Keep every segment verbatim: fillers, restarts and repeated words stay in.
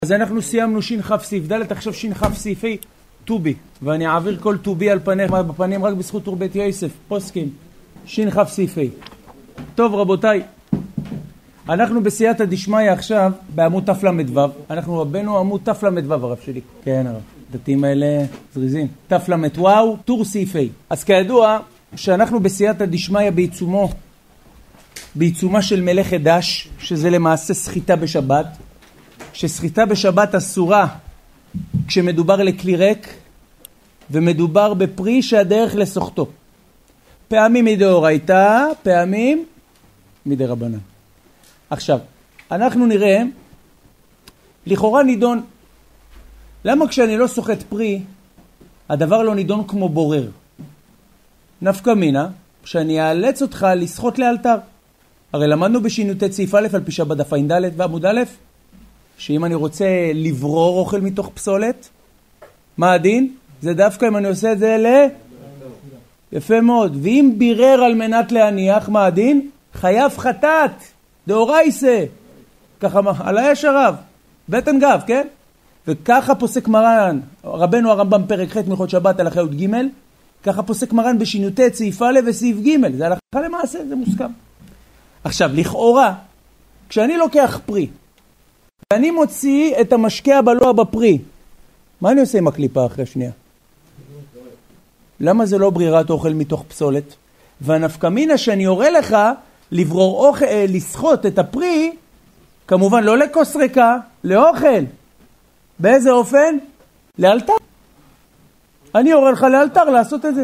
אז אנחנו סיימנו שין חף סעיף ד', עכשיו שין חף סעיפי טובי, ואני אעביר כל טובי על פניך בפנים רק בזכות אור בית יוסף, פוסקים, שין חף סעיפי. טוב רבותיי, אנחנו בסייעתא דשמיא עכשיו בעמוד תל"ו, אנחנו רבנו עמוד תל"ו הרב שלי. כן הרב, דתיים האלה זריזים. תל"ו, טור סעיפי. אז כידוע שאנחנו בסייעתא דשמיא בעיצומו, בעיצומה של מלאכת דש, שזה למעשה סחיטה בשבת, שסחיטה בשבת אסורה כשמדובר לכלי ריק, ומדובר בפרי שהדרך לסוחתו. פעמים מדאורייתא, פעמים מדרבנן. עכשיו, אנחנו נראה, לכאורה נידון, למה כשאני לא סוחט פרי, הדבר לא נידון כמו בורר? נפקא מינה, שאני אאלץ אותך לסחוט לאלתר. הרי למדנו בשינותי סעיף א' על פי שבת דף ע"ד ועמוד א', שאם אני רוצה לברור אוכל מתוך פסולת, מה הדין? זה דווקא אם אני עושה את זה ל... יפה מאוד. ואם בירר על מנת להניח, מה הדין? חייב חטאת, דאורייסה. ככה, על היש הרב, בטן גב, כן? וככה פוסק מרן, רבנו הרמב"ם פרק ח' מלכות שבת הלכה י' ג', ככה פוסק מרן בשינותי סעיף א' וסעיף ג', זה הלכה למעשה, זה מוסכם. עכשיו, לכאורה, כשאני לוקח פרי, ואני מוציא את המשקה הבלוע בפרי, מה אני עושה עם הקליפה אחרי שנייה? למה זה לא ברירת אוכל מתוך פסולת? והנפקא מינה שאני יורה לך לברור אוכל, לסחוט את הפרי, כמובן לא לכוס ריקה, לאוכל. באיזה אופן? לאלתר. אני יורה לך לאלתר לעשות את זה.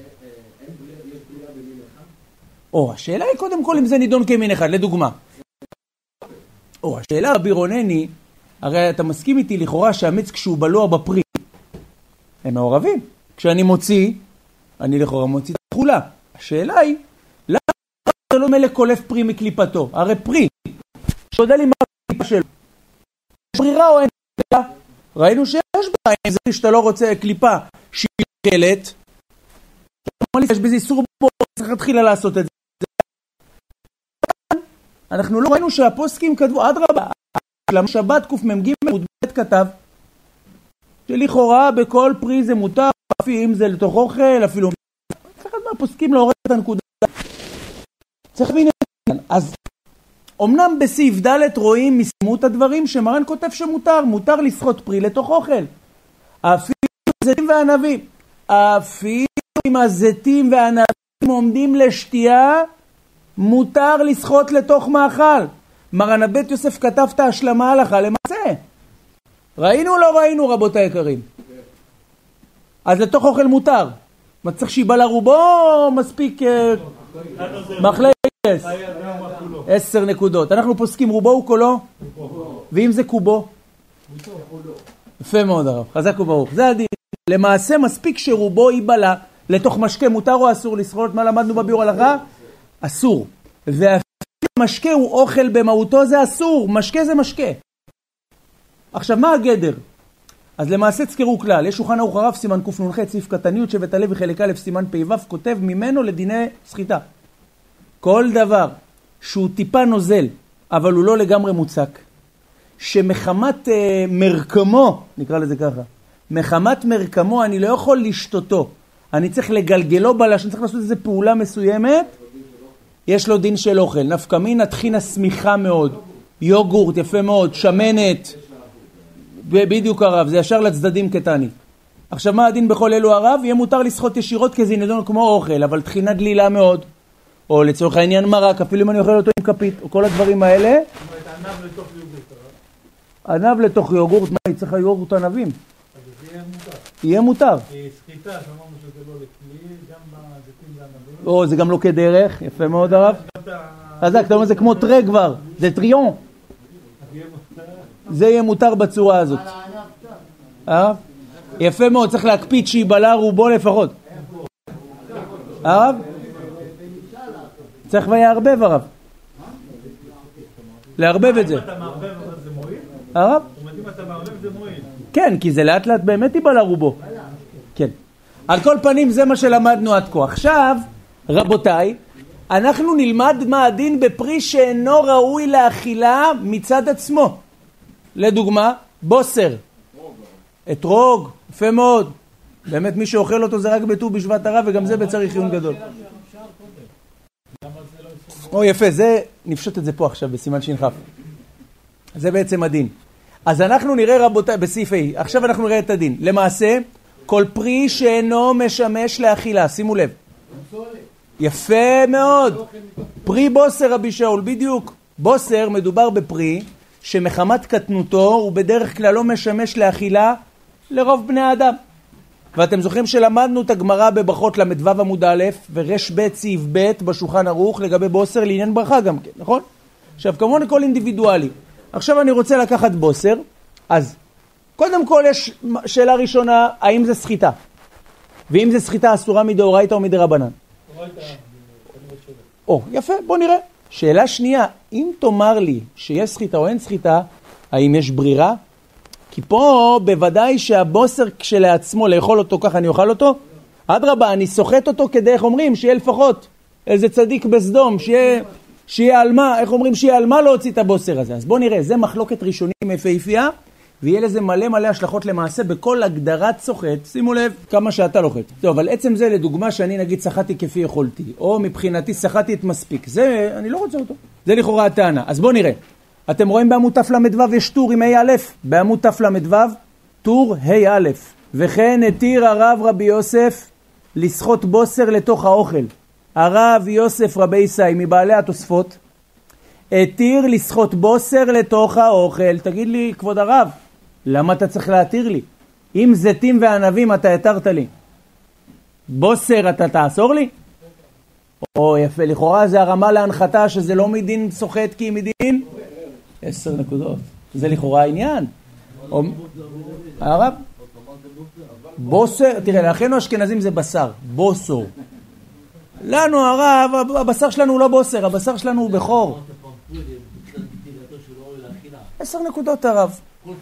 או, השאלה היא קודם כל אם זה נידון כמין אחד, לדוגמה. או, השאלה רבי רונני, הרי אתה מסכים איתי לכאורה שהמיץ כשהוא בלוע בפרי, הם מעורבים. כשאני מוציא, אני לכאורה מוציא את החולה. השאלה היא, למה זה לא מלא קולף פרי מקליפתו? הרי פרי, שיודע לי מה הקליפה שלו. יש ברירה או אין ברירה? ראינו שיש ברירה, אם זה שאתה לא רוצה קליפה שהיא קלת, יש בזה איסור בו, צריך להתחילה לעשות את זה. אנחנו לא ראינו שהפוסקים כתבו, עד רבה, שבת קמ"ג מודבט כתב, שלכאורה בכל פרי זה מותר, אפילו אם זה לתוך אוכל, אפילו... צריך לדעת מה, הפוסקים לא הורדת את הנקודה. צריך להבין את זה. אז אמנם בסעיף ד' רואים מסמות הדברים שמרן כותב שמותר, מותר לסחוט פרי לתוך אוכל. אפילו הזיתים והענבים, אפילו אם הזיתים והענבים עומדים לשתייה, מותר לסחוט לתוך מאכל. מרן הבית יוסף כתב את ההשלמה הלכה למעשה. ראינו או לא ראינו רבותי יקרים? אז לתוך אוכל מותר. מה צריך שיבלה רובו מספיק מחלקת? עשר נקודות. אנחנו פוסקים רובו הוא כולו? ואם זה קובו? יפה מאוד הרב, חזק וברוך. זה הדין. למעשה מספיק שרובו ייבלה לתוך משקה, מותר או אסור לסחוט? מה למדנו בביאור הלכה? אסור. ואפילו משקה הוא אוכל במהותו, זה אסור. משקה זה משקה. עכשיו מה הגדר? אז למעשה תזכרו כלל, יש שולחן ערוך הרב סימן קנ"ח סעיף קטניות שבט הלוי חלק א' סימן פ"ו כותב ממנו לדיני סחיטה. כל דבר שהוא טיפה נוזל אבל הוא לא לגמרי מוצק, שמחמת אה, מרקמו, נקרא לזה ככה, מחמת מרקמו אני לא יכול לשתותו, אני צריך לגלגלו בלש, אני צריך לעשות איזו פעולה מסוימת, יש לו דין של אוכל. נפקא מינה טחינה סמיכה מאוד, יוגורט יפה מאוד, שמנת, בדיוק הרב, זה ישר לצדדים קטני. עכשיו מה הדין בכל אלו הרב? יהיה מותר לסחוט ישירות כי זה נדון כמו אוכל, אבל טחינה דלילה מאוד, או לצורך העניין מרק, אפילו אם אני אוכל אותו עם כפית, או כל הדברים האלה. ענב לתוך יוגורט. ענב לתוך יוגורט, מה יצטרך יוגורט ענבים? אז זה יהיה מותר. יהיה מותר. סחיטה, שאמרנו שזה לא לכלי, גם בזיתים וענבים. או, זה גם לא כדרך, יפה מאוד הרב. חזק, אתה אומר זה כמו טרי כבר, זה טריון. זה יהיה מותר בצורה הזאת. הרב? יפה מאוד, צריך להקפיד שיבלה רובו לפחות. הרב? צריך ויערבב הרב. לערבב את זה. אם אתה מערבב זה מועיל? הרב? אם אתה מערבב זה מועיל. כן, כי זה לאט לאט באמת יבלה רובו. כן. על כל פנים זה מה שלמדנו עד כה. עכשיו, רבותיי, אנחנו נלמד מה הדין בפרי שאינו ראוי לאכילה מצד עצמו. לדוגמה, בוסר. אתרוג, יפה מאוד. באמת מי שאוכל אותו זה רק בט"ו בשבט הרב, וגם זה בצריך עיון גדול. או יפה, זה, נפשוט את זה פה עכשיו בסימן שנחף. זה בעצם הדין. אז אנחנו נראה רבותיי, בסעיף A, עכשיו אנחנו נראה את הדין. למעשה, כל פרי שאינו משמש לאכילה, שימו לב. יפה מאוד. פרי בוסר רבי שאול, בדיוק. בוסר מדובר בפרי שמחמת קטנותו הוא בדרך כלל לא משמש לאכילה לרוב בני האדם. ואתם זוכרים שלמדנו את הגמרא בברכות למדו עמוד א' ורש ב' סעיף ב' בשולחן ערוך לגבי בוסר לעניין ברכה גם כן, נכון? עכשיו כמובן הכל אינדיבידואלי. עכשיו אני רוצה לקחת בוסר, אז קודם כל יש שאלה ראשונה, האם זה סחיטה? ואם זה סחיטה אסורה מדאורייתא או מדרבנן? או, יפה, בוא נראה. שאלה שנייה, אם תאמר לי שיש סחיטה או אין סחיטה, האם יש ברירה? כי פה בוודאי שהבוסר כשלעצמו לאכול אותו ככה אני אוכל אותו, אדרבה, אני סוחט אותו כדי, איך אומרים, שיהיה לפחות איזה צדיק בסדום, שיהיה, שיהיה על מה, איך אומרים, שיהיה על מה להוציא את הבוסר הזה. אז בוא נראה, זה מחלוקת ראשונים יפהפייה, ויהיה לזה מלא מלא השלכות למעשה בכל הגדרת סוחט. שימו לב כמה שאתה לוחת. טוב, אבל עצם זה לדוגמה שאני נגיד שחטתי כפי יכולתי, או מבחינתי שחטתי את מספיק, זה אני לא רוצה אותו. זה לכאורה הטענה. אז בוא נראה. אתם רואים בעמוד תף למדו יש טור עם ה' א', בעמוד תף למדו, טור ה' א', וכן התיר הרב רבי יוסף לסחוט בוסר לתוך האוכל. הרב יוסף רבי ישי מבעלי התוספות, התיר לסחוט בוסר לתוך האוכל. תגיד לי, כבוד הרב, למה אתה צריך להתיר לי? אם זיתים וענבים אתה התרת לי, בוסר אתה תאסור לי? או יפה, לכאורה זה הרמה להנחתה שזה לא מדין סוחט כי מדין עשר נקודות. זה לכאורה העניין. הרב? בוסר, תראה, לאחינו אשכנזים זה בשר, בוסור. לנו הרב, הבשר שלנו הוא לא בוסר, הבשר שלנו הוא בכור. עשר נקודות הרב.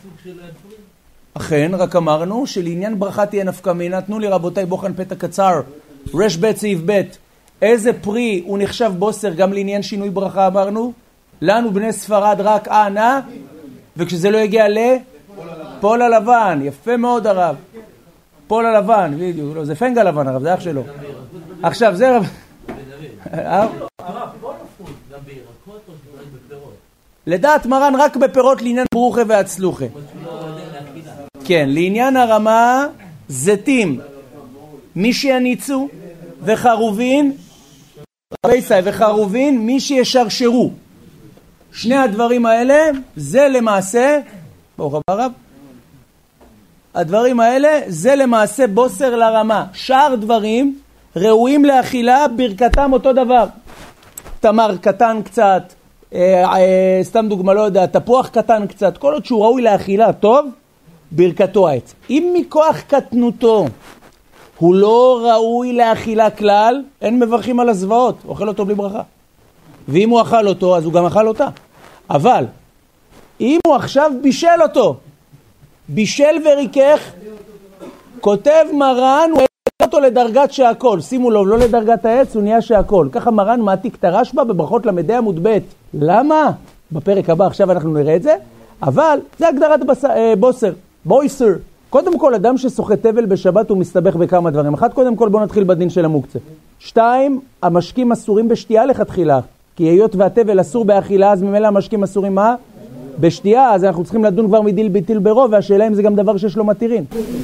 אכן, רק אמרנו שלעניין ברכה תהיה נפקא מינה. תנו לי רבותיי בוחן פתע קצר, רש ב' סעיף ב', איזה פרי הוא נחשב בוסר גם לעניין שינוי ברכה אמרנו? לנו בני ספרד רק ענה, וכשזה לא יגיע לפול הלבן. יפה מאוד הרב. פול הלבן, בדיוק, לא, זה פנגה לבן הרב, זה אח שלו. עכשיו זה רב... הרב, בוא נפות, גם בירקות או שדברים בפירות? לדעת מרן רק בפירות לעניין ברוכה והצלוחה. כן, לעניין הרמה, זיתים, מי שיניצו, וחרובין, רבי ישי וחרובין, מי שישרשרו. שני הדברים האלה, זה למעשה, ברוך הבא רב, הדברים האלה, זה למעשה בוסר לרמה. שאר דברים ראויים לאכילה, ברכתם אותו דבר. תמר קטן קצת, אה, אה, סתם דוגמה לא יודע, תפוח קטן קצת, כל עוד שהוא ראוי לאכילה טוב, ברכתו העץ. אם מכוח קטנותו הוא לא ראוי לאכילה כלל, אין מברכים על הזוועות, אוכל אותו בלי ברכה. ואם הוא אכל אותו, אז הוא גם אכל אותה. אבל, אם הוא עכשיו בישל אותו, בישל וריכך, כותב מרן, הוא העלה אותו לדרגת שהכל. שימו לו, לא לדרגת העץ, הוא נהיה שהכל. ככה מרן מעתיק את הרשב"א בברכות למדי עמוד ב'. למה? בפרק הבא, עכשיו אנחנו נראה את זה. אבל, זה הגדרת בס... אה, בוסר, בויסר. קודם כל, אדם שסוחט תבל בשבת הוא מסתבך בכמה דברים. אחד, קודם כל, בוא נתחיל בדין של המוקצה. שתיים, המשקים אסורים בשתייה לכתחילה. כי היות והתבל אסור באכילה, אז ממילא המשקים אסורים מה? בשתייה, אז אנחנו צריכים לדון כבר מדיל ביטיל ברוב, והשאלה אם זה גם דבר שיש לו מתירין.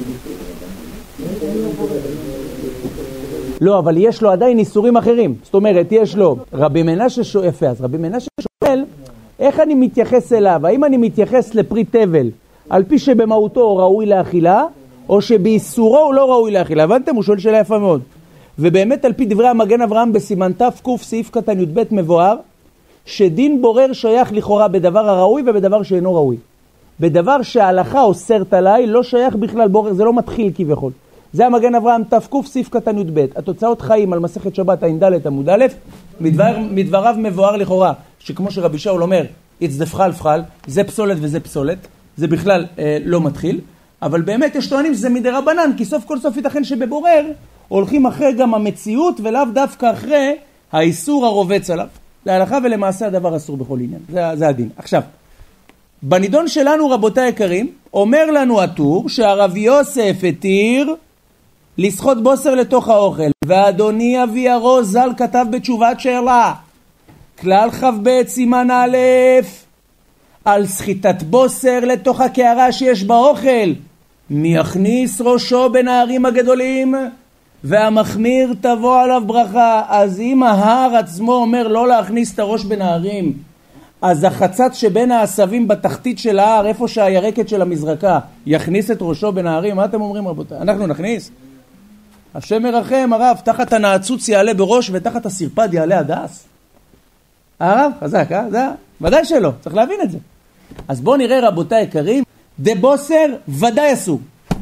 לא, אבל יש לו עדיין איסורים אחרים. זאת אומרת, יש לו רבי מנשה שואל, יפה, אז רבי מנשה שואל, איך אני מתייחס אליו? האם אני מתייחס לפרי תבל, על פי שבמהותו ראוי לאכילה, או שבאיסורו הוא לא ראוי לאכילה? הבנתם? הוא שואל שאלה יפה מאוד. ובאמת על פי דברי המגן אברהם בסימן ת' ק' סעיף קטן י"ב מבואר, שדין בורר שייך לכאורה בדבר הראוי ובדבר שאינו ראוי. בדבר שההלכה אוסרת עליי לא שייך בכלל בורר, זה לא מתחיל כביכול. זה המגן אברהם ת' ק' סעיף קטן י"ב. התוצאות חיים על מסכת שבת ע"ד עמוד א', מדבר, מדבריו מבואר לכאורה, שכמו שרבי שאול אומר, יצדפחל פחל, זה פסולת וזה פסולת, זה בכלל אה, לא מתחיל, אבל באמת יש טוענים שזה מדי רבנן, כי סוף כל סוף ייתכן שבבורר הולכים אחרי גם המציאות ולאו דווקא אחרי האיסור הרובץ עליו. להלכה ולמעשה הדבר אסור בכל עניין. זה, זה הדין. עכשיו, בנידון שלנו רבותיי יקרים, אומר לנו הטור שהרב יוסף התיר לסחוט בוסר לתוך האוכל, ואדוני אבי הרוז ז"ל כתב בתשובת שאלה כלל כ"ב סימן א' על סחיטת בוסר לתוך הקערה שיש באוכל, מי יכניס ראשו בין הערים הגדולים והמחמיר תבוא עליו ברכה. אז אם ההר עצמו אומר לא להכניס את הראש בין הערים, אז החצץ שבין העשבים בתחתית של ההר, איפה שהירקת של המזרקה, יכניס את ראשו בין הערים? מה אתם אומרים רבותיי? אנחנו נכניס? השם מרחם הרב, תחת הנעצוץ יעלה בראש ותחת הסרפד יעלה הדס. הרב חזק, אה? זה ודאי שלא, צריך להבין את זה. אז בואו נראה רבותיי יקרים, דבוסר ודאי אסור.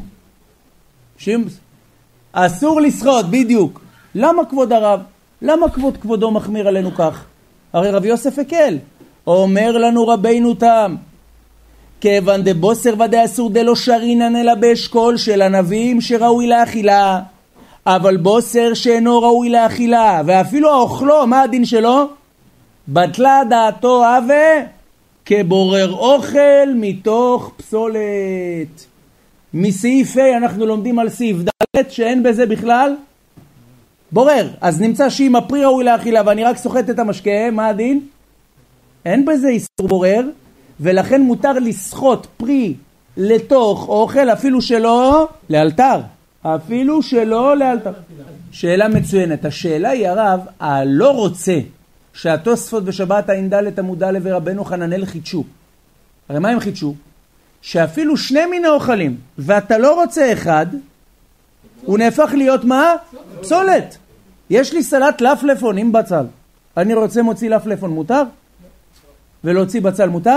אסור לסחוט, בדיוק. למה כבוד הרב? למה כבוד כבודו מחמיר עלינו כך? הרי רב יוסף הקל. אומר לנו רבינו תם, כיוון דבוסר ודאי אסור דלא שרינן אלא באשכול של ענבים שראוי לאכילה, אבל בוסר שאינו ראוי לאכילה, ואפילו האוכלו, מה הדין שלו? בטלה דעתו הווה כבורר אוכל מתוך פסולת. מסעיף ה' אנחנו לומדים על סעיף ד' שאין בזה בכלל בורר. אז נמצא שאם הפרי ראוי לאכילה ואני רק סוחט את המשקה, מה הדין? אין בזה איסור בורר, ולכן מותר לסחוט פרי לתוך אוכל אפילו שלא לאלתר. אפילו שלא לאלתר. שאלה מצוינת. השאלה היא הרב, הלא רוצה שהתוספות בשבת העינדלת עמוד א' ורבנו חננאל חידשו. הרי מה הם חידשו? שאפילו שני מיני אוכלים ואתה לא רוצה אחד, הוא נהפך להיות מה? פסולת. יש לי סלט לפלפון עם בצל, אני רוצה מוציא לפלפון, מותר? ולהוציא בצל מותר?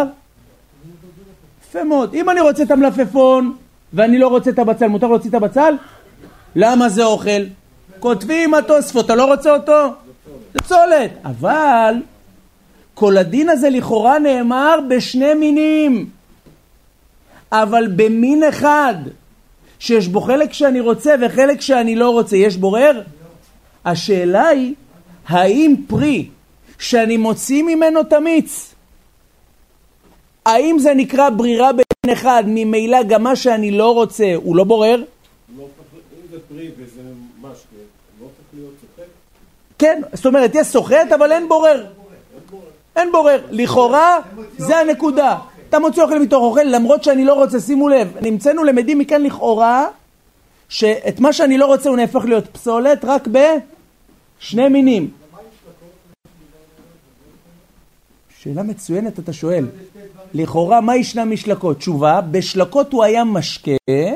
יפה מאוד. אם אני רוצה את המלפפון ואני לא רוצה את הבצל, מותר להוציא את הבצל? למה זה אוכל? כותבים התוספות, אתה לא רוצה אותו? זה פסולת. אבל כל הדין הזה לכאורה נאמר בשני מינים, אבל במין אחד שיש בו חלק שאני רוצה וחלק שאני לא רוצה, יש בורר? השאלה היא, האם פרי שאני מוציא ממנו תמיץ, האם זה נקרא ברירה בין אחד, ממילא גם מה שאני לא רוצה הוא לא בורר? אם זה פרי וזה משקה, לא צריך להיות סוחט? כן, זאת אומרת יש סוחט אבל אין בורר. אין בורר. לכאורה זה הנקודה. אתה מוציא אוכל מתוך אוכל למרות שאני לא רוצה, שימו לב, נמצאנו למדים מכאן לכאורה שאת מה שאני לא רוצה הוא נהפך להיות פסולת רק בשני מינים. שאלה מצוינת אתה שואל. לכאורה מה ישנה משלקות? תשובה, בשלקות הוא היה משקה,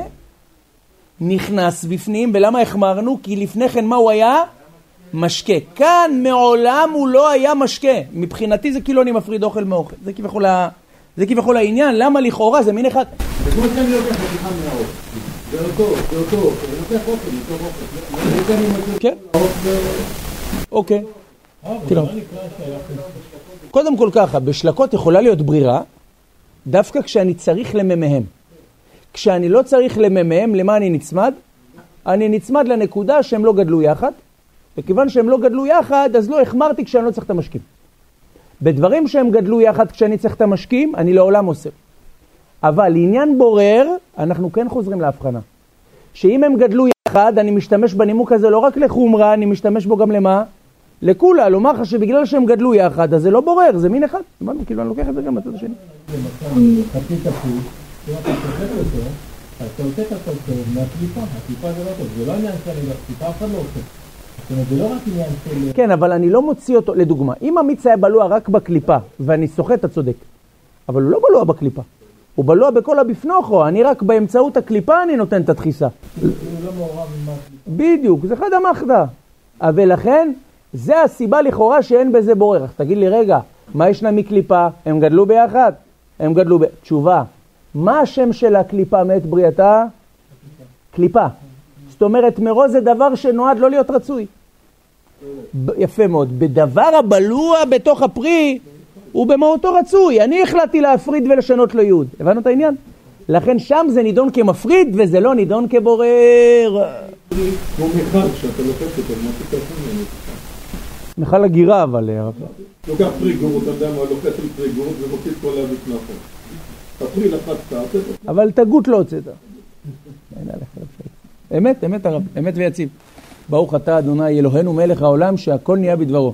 נכנס בפנים, ולמה החמרנו? כי לפני כן מה הוא היה? משקה. כאן מעולם הוא לא היה משקה. מבחינתי זה כאילו אני מפריד אוכל מאוכל. זה כביכול, ה... זה כביכול העניין. למה לכאורה? זה מין אחד. זה כמו שאני לוקח בדיחה מהאוכל. זה אותו, זה אותו. זה לוקח אוכל, מתוך אוכל. כן. אוקיי. תראו. קודם כל ככה, בשלקות יכולה להיות ברירה, דווקא כשאני צריך לממהם. כשאני לא צריך לממהם, למה אני נצמד? אני נצמד לנקודה שהם לא גדלו יחד, וכיוון שהם לא גדלו יחד, אז לא החמרתי כשאני לא צריך את המשקים. בדברים שהם גדלו יחד כשאני צריך את המשקים, אני לעולם עושה. אבל לעניין בורר, אנחנו כן חוזרים להבחנה. שאם הם גדלו יחד, אני משתמש בנימוק הזה לא רק לחומרה, אני משתמש בו גם למה? לכולה, לומר לך שבגלל שהם גדלו יחד, אז זה לא בורר, זה מין אחד. כאילו אני לוקח את זה גם בצד השני. למשל, חצי תפוס, אם אתה שוחט אותו, אז אתה עושה את הכל טוב מהקליפה. הקליפה זה לא טוב, זה לא עניין שאני לקליפה, אף אחד לא עושה. זאת אומרת, זה לא רק עניין של... כן, אבל אני לא מוציא אותו, לדוגמה, אם המיץ היה בלוע רק בקליפה, ואני שוחט, אתה צודק. אבל הוא לא בלוע בקליפה. הוא בלוע בכל הבפנוכו, אני רק באמצעות הקליפה אני נותן את הדחיסה. הוא לא מעורב עם הקליפה. בדיוק, זה חד המחדה. ולכן, זה הסיבה לכאורה שאין בזה בורר. אז תגיד לי, רגע, מה ישנה מקליפה? הם גדלו ביחד? הם גדלו ב... תשובה, מה השם של הקליפה מאת בריאתה? קליפה. זאת אומרת, מראש זה דבר שנועד לא להיות רצוי. יפה מאוד. בדבר הבלוע בתוך הפרי, הוא במהותו רצוי. אני החלטתי להפריד ולשנות לו יוד. הבנו את העניין? לכן שם זה נידון כמפריד, וזה לא נידון כבורר. כמו מיכל, כשאתה לוקח אותו, מה תיקח ממנו? מיכל הגירה, אבל... לוקח פרי גורות, אתה יודע מה, לוקח לי פרי גורות ומוציא את כל הבפנוכו. תפרי לחצת, אבל תגות לא הוצאת. אמת, אמת הרב, אמת ויציב. ברוך אתה אדוני אלוהינו מלך העולם שהכל נהיה בדברו.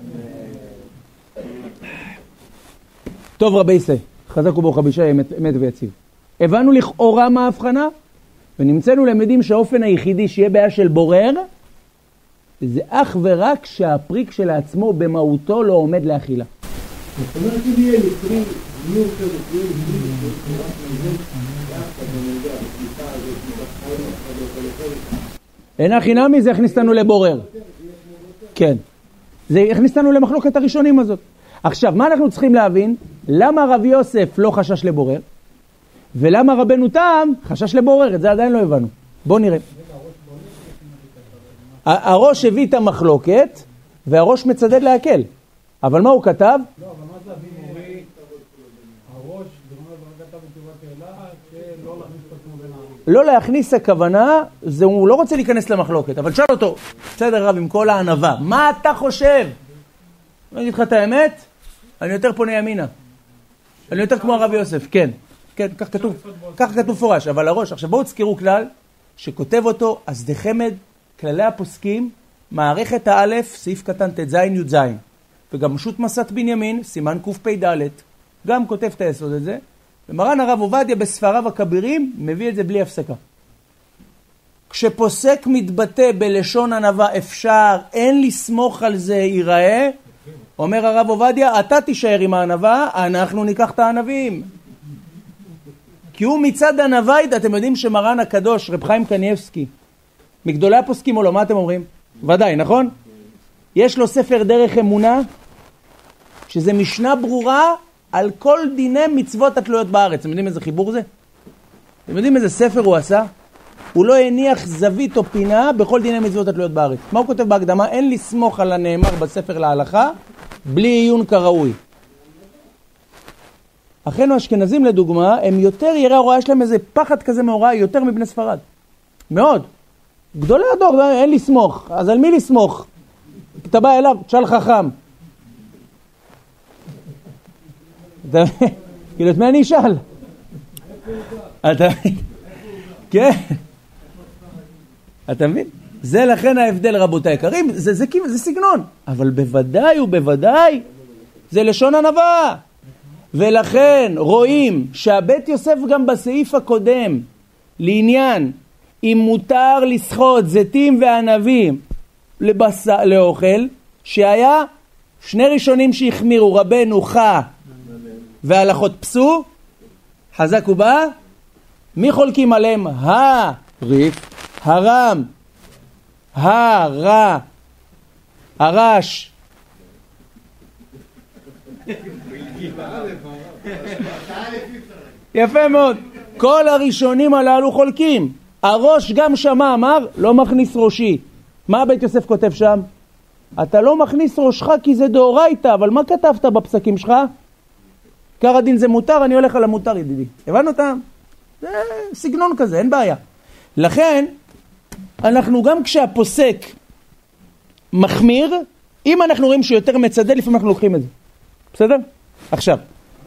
טוב רבי ישראל, חזק וברוך אבישי, אמת, אמת ויציב. הבנו לכאורה מה ההבחנה, ונמצאנו למדים שהאופן היחידי שיהיה בעיה של בורר, זה אך ורק שהפריק של עצמו במהותו לא עומד לאכילה. זאת אומרת, אם יהיה לפרי, ניור כזה, תהיה לפרי, אין הכינמי, זה הכניס לנו לבורר. כן. זה הכניס לנו למחלוקת הראשונים הזאת. עכשיו, מה אנחנו צריכים להבין? למה רבי יוסף לא חשש לבורר? ולמה רבנו תם חשש לבורר? את זה עדיין לא הבנו. בואו נראה. הראש הביא את המחלוקת, והראש מצדד להקל. אבל מה הוא כתב? לא, אבל מה זה אבי מורי? הראש, דרמה כתב בתשובת אלה, שלא להכניס את עצמו בין הערים. לא להכניס הכוונה, זה, הוא לא רוצה להיכנס למחלוקת, אבל שאל אותו, בסדר רב, עם כל הענווה, מה אתה חושב? אני אגיד לך את האמת, אני יותר פונה ימינה. אני יותר כמו הרב יוסף, כן. כן, כך כתוב, כך כתוב פורש, אבל הראש, עכשיו בואו תזכרו כלל, שכותב אותו, אז דחמד, כללי הפוסקים, מערכת האלף, סעיף קטן תזין י"ז, וגם שו"ת מסת בנימין, סימן קפ"ד, גם כותב את היסוד הזה, ומרן הרב עובדיה בספריו הכבירים, מביא את זה בלי הפסקה. כשפוסק מתבטא בלשון ענווה אפשר, אין לסמוך על זה ייראה, אומר הרב עובדיה, אתה תישאר עם הענווה, אנחנו ניקח את הענבים. כי הוא מצד ענווית, אתם יודעים שמרן הקדוש, רב חיים קניאבסקי, מגדולי הפוסקים או לא, מה אתם אומרים? ודאי, נכון? יש לו ספר דרך אמונה, שזה משנה ברורה על כל דיני מצוות התלויות בארץ. אתם יודעים איזה חיבור זה? אתם יודעים איזה ספר הוא עשה? הוא לא הניח זווית או פינה בכל דיני מצוות התלויות בארץ. מה הוא כותב בהקדמה? אין לסמוך על הנאמר בספר להלכה, בלי עיון כראוי. אחינו האשכנזים לדוגמה, הם יותר ירא הוראה, יש להם איזה פחד כזה מהוראה, יותר מבני ספרד. מאוד. גדולי הדור, אין לסמוך. אז על מי לסמוך? אתה בא אליו, תשאל חכם. כאילו, את מי אני אשאל? אתה מבין? כן. אתה מבין? זה לכן ההבדל רבותי יקרים, זה, זה, זה סגנון. אבל בוודאי ובוודאי, זה לשון ענווה. ולכן רואים שהבית יוסף גם בסעיף הקודם, לעניין, אם מותר לסחוט זיתים וענבים לבס... לאוכל, שהיה שני ראשונים שהחמירו, רבנו חה והלכות פסו, חזק ובא, מי חולקים עליהם? הריף, הרם, הרע, הרש. יפה מאוד. כל הראשונים הללו חולקים. הראש גם שמה אמר, לא מכניס ראשי. מה בית יוסף כותב שם? אתה לא מכניס ראשך כי זה דאורייתא, אבל מה כתבת בפסקים שלך? עיקר הדין זה מותר, אני הולך על המותר ידידי. הבנו אותם? זה סגנון כזה, אין בעיה. לכן, אנחנו גם כשהפוסק מחמיר, אם אנחנו רואים שיותר מצדד, לפעמים אנחנו לוקחים את זה. בסדר? עכשיו.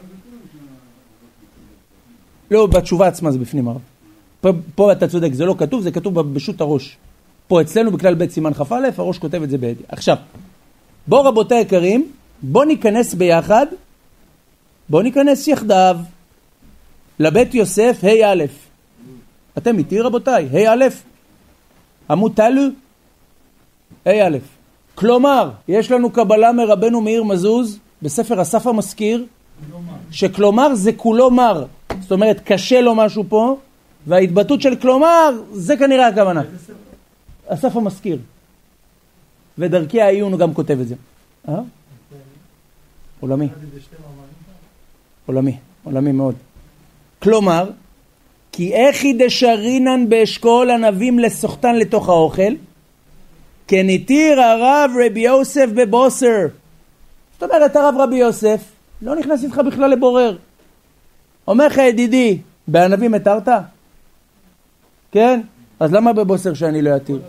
לא, בתשובה עצמה זה בפנים הרב. פה, פה אתה צודק, זה לא כתוב, זה כתוב בשו"ת הראש. פה אצלנו בכלל בית סימן כ"א, הראש כותב את זה בידי. עכשיו, בואו רבותי יקרים, בואו ניכנס ביחד, בואו ניכנס יחדיו לבית יוסף, ה' א'. אתם איתי רבותיי, ה' א', עמוד תלו, ה' א'. כלומר, יש לנו קבלה מרבנו מאיר מזוז, בספר אסף המזכיר, שכלומר זה כולו מר. זאת אומרת, קשה לו משהו פה, וההתבטאות של כלומר, זה כנראה הכוונה. אסף המזכיר. ודרכי העיון הוא גם כותב את זה. אה? עולמי. עולמי. עולמי מאוד. כלומר, כי איכי דשרינן באשכול ענבים לסוחתן לתוך האוכל, כנתיר הרב רבי יוסף בבוסר. זאת אומרת, הרב רבי יוסף לא נכנס איתך בכלל לבורר. אומר לך ידידי, בענבים התרת? כן? אז למה בבוסר שאני לא אתיר?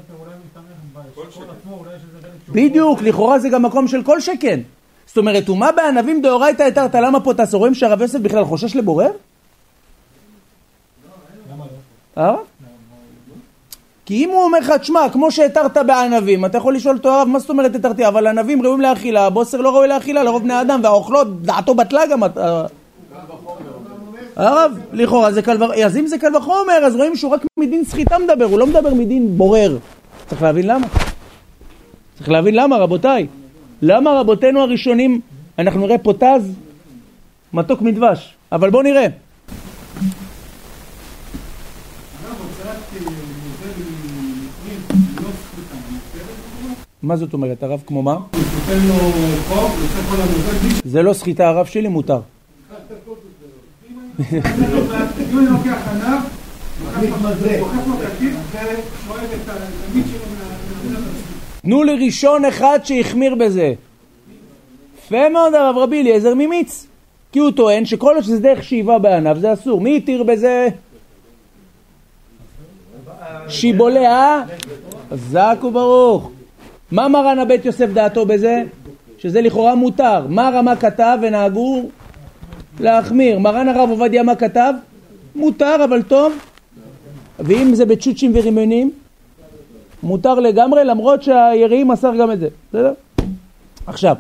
בדיוק, לכאורה זה גם מקום של כל שכן. זאת אומרת, ומה בענבים דאורייתא התרת? למה פה תעשו? רואים שהרב יוסף בכלל חושש לבורר? הרב? כי אם הוא אומר לך, תשמע, כמו שהתרת בענבים, אתה יכול לשאול אותו, הרב, מה זאת אומרת התרתי? אבל ענבים ראויים לאכילה, הבוסר לא ראוי לאכילה, לרוב בני אדם, והאוכלות, דעתו בטלה גם. הרב, לכאורה, זה קל וחומר. אז אם זה קל וחומר, אז רואים שהוא רק מדין סחיטה מדבר, הוא לא מדבר מדין בורר. צריך להבין למה. צריך להבין למה, רבותיי. למה רבותינו הראשונים, אנחנו נראה פוטז, מתוק מדבש. אבל בואו נראה. מה זאת אומרת, הרב כמו מה? זה לא סחיטה, הרב שלי מותר. אם אני לוקח ענב, לוקח לו תקיף ושואב את המיץ שלו מהמדינת עצמי. תנו לי ראשון אחד שהחמיר בזה. יפה מאוד הרב רבי אליעזר ממיץ. כי הוא טוען שכל עוד שזה דרך שאיבה בענב זה אסור. מי יתיר בזה? שיבולע? חזק וברוך. מה מרן הבית יוסף דעתו בזה? שזה לכאורה מותר. מה רמה כתב ונהגו להחמיר? מרן הרב עובדיה מה כתב? מותר אבל טוב. ואם זה בצ'וצ'ים ורימונים? מותר לגמרי למרות שהיראים אסר גם את זה. בסדר? עכשיו.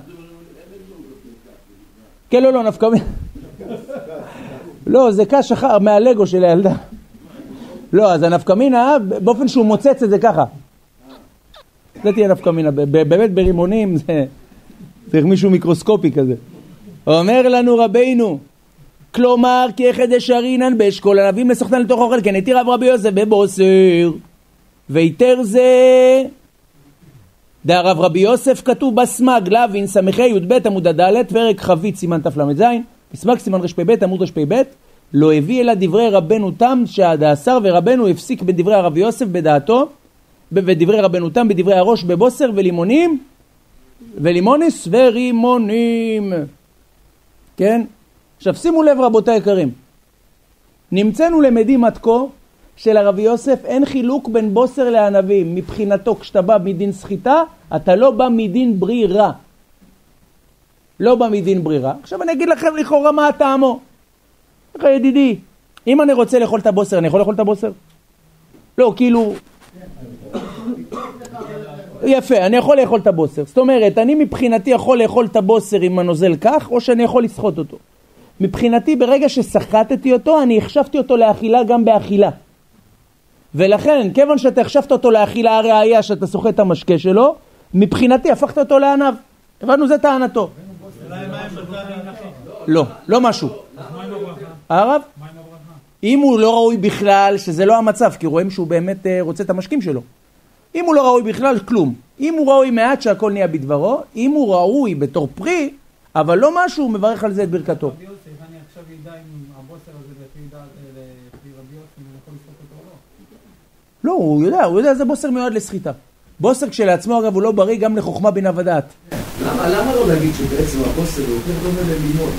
כן לא לא נפקא מינה. לא זה קש אחר מהלגו של הילדה. לא אז הנפקא מינה באופן שהוא מוצץ את זה ככה. זה תהיה נפקא מינה, באמת ברימונים זה צריך מישהו מיקרוסקופי כזה. אומר לנו רבינו, כלומר כי אחד ישרינן באשכול ענבים לסוכנן לתוך אוכל, כן התיר רבי יוסף בבוסר, ויתר זה דהרב רבי יוסף כתוב בסמג להבין סמכי י"ב עמוד ד' פרק חבית סימן תל"ז, בסמג סימן ר"ב עמוד ר"ב, לא הביא אלא דברי רבנו תם שהדעשר ורבנו הפסיק בדברי הרבי יוסף בדעתו, בדברי רבנו תם בדברי הראש בבוסר ולימונים ולימוניס ורימונים. כן? עכשיו שימו לב רבותי יקרים, נמצאנו למדים עד כה שלרבי יוסף אין חילוק בין בוסר לענבים. מבחינתו כשאתה בא מדין סחיטה אתה לא בא מדין ברירה, לא בא מדין ברירה. עכשיו אני אגיד לכם לכאורה מה הטעמו. אחרי ידידי, אם אני רוצה לאכול את הבוסר אני יכול לאכול את הבוסר? לא, כאילו יפה, אני יכול לאכול את הבוסר. זאת אומרת, אני מבחינתי יכול לאכול את הבוסר עם הנוזל כך, או שאני יכול לסחוט אותו. מבחינתי, ברגע שסחטתי אותו, אני החשבתי אותו לאכילה גם באכילה. ולכן, כיוון שאתה החשבת אותו לאכילה, הראיה שאתה סוחט את המשקה שלו, מבחינתי הפכת אותו לענב. הבנו, זה טענתו. לא, לא משהו. הרב? אם הוא לא ראוי בכלל, שזה לא המצב, כי רואים שהוא באמת רוצה את המשקים שלו. אם הוא לא ראוי בכלל, כלום. אם הוא ראוי מעט שהכל נהיה בדברו, אם הוא ראוי בתור פרי, אבל לא משהו, הוא מברך על זה את ברכתו. רבי יוסף, אני עכשיו ידע אם הבוסר הזה לפי רבי יוסף, אם אני יכול לסחוט אותו או לא. לא, הוא יודע, הוא יודע, זה בוסר מיועד לסחיטה. בוסר כשלעצמו, אגב, הוא לא בריא גם לחוכמה בינה ודעת. למה, למה לא להגיד שבעצם הבוסר הוא יותר דומה ללימון?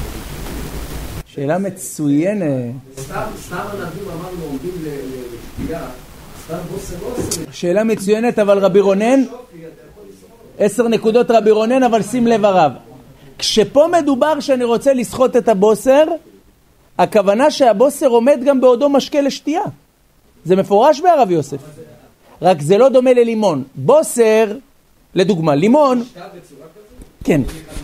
שאלה מצוינת. סתם, סתם ענבים אמרנו עומדים לשתייה, סתם בוסר לא עושה. שאלה מצוינת, אבל רבי רונן, עשר נקודות רבי רונן, אבל שים לב הרב. כשפה מדובר שאני רוצה לסחוט את הבוסר, הכוונה שהבוסר עומד גם בעודו משקה לשתייה. זה מפורש בערב יוסף. רק זה לא דומה ללימון. בוסר, לדוגמה, לימון, כן.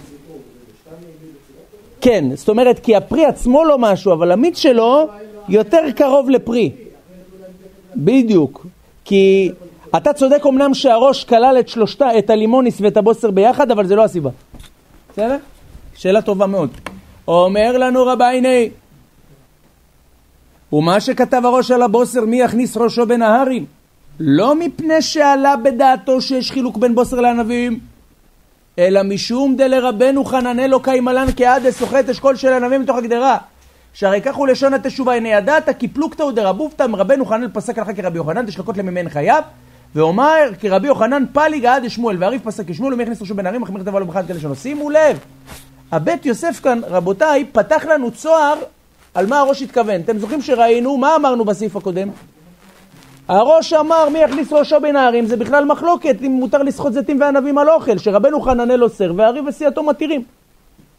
כן, זאת אומרת, כי הפרי עצמו לא משהו, אבל המיץ שלו יותר קרוב לפרי. בדיוק. כי אתה צודק אמנם שהראש כלל את שלושתה, את הלימוניס ואת הבוסר ביחד, אבל זה לא הסיבה. בסדר? שאלה טובה מאוד. אומר לנו רבייני, ומה שכתב הראש על הבוסר, מי יכניס ראשו בין ההרים? לא מפני שעלה בדעתו שיש חילוק בין בוסר לענבים, אלא משום דלרבנו חננאל לא קיימלן כעד סוחט אשכול של ענבים מתוך הגדרה. שהרי כך הוא לשון התשובה, הנה ידעת כי פלוגתא ודרבובתא, רבנו חננאל פסק הלכה כרבי יוחנן, תשלקות לממן חייו, ואומר כי רבי יוחנן פליג עד שמואל, והריף פסק כשמואל, ומי יכניס ראשו בין ההרים, מחמיר כתבה לו בחד כאלה שלו. שימו לב, הבית יוסף כאן, רבותיי, פתח לנו צוהר על מה הראש התכוון. אתם זוכרים שראינו, מה אמרנו בסעיף הקודם? הראש אמר מי יכניס ראשו בין ההרים, זה בכלל מחלוקת אם מותר לסחוט זיתים וענבים על אוכל, שרבנו חננאל אוסר והריב וסיעתו מתירים.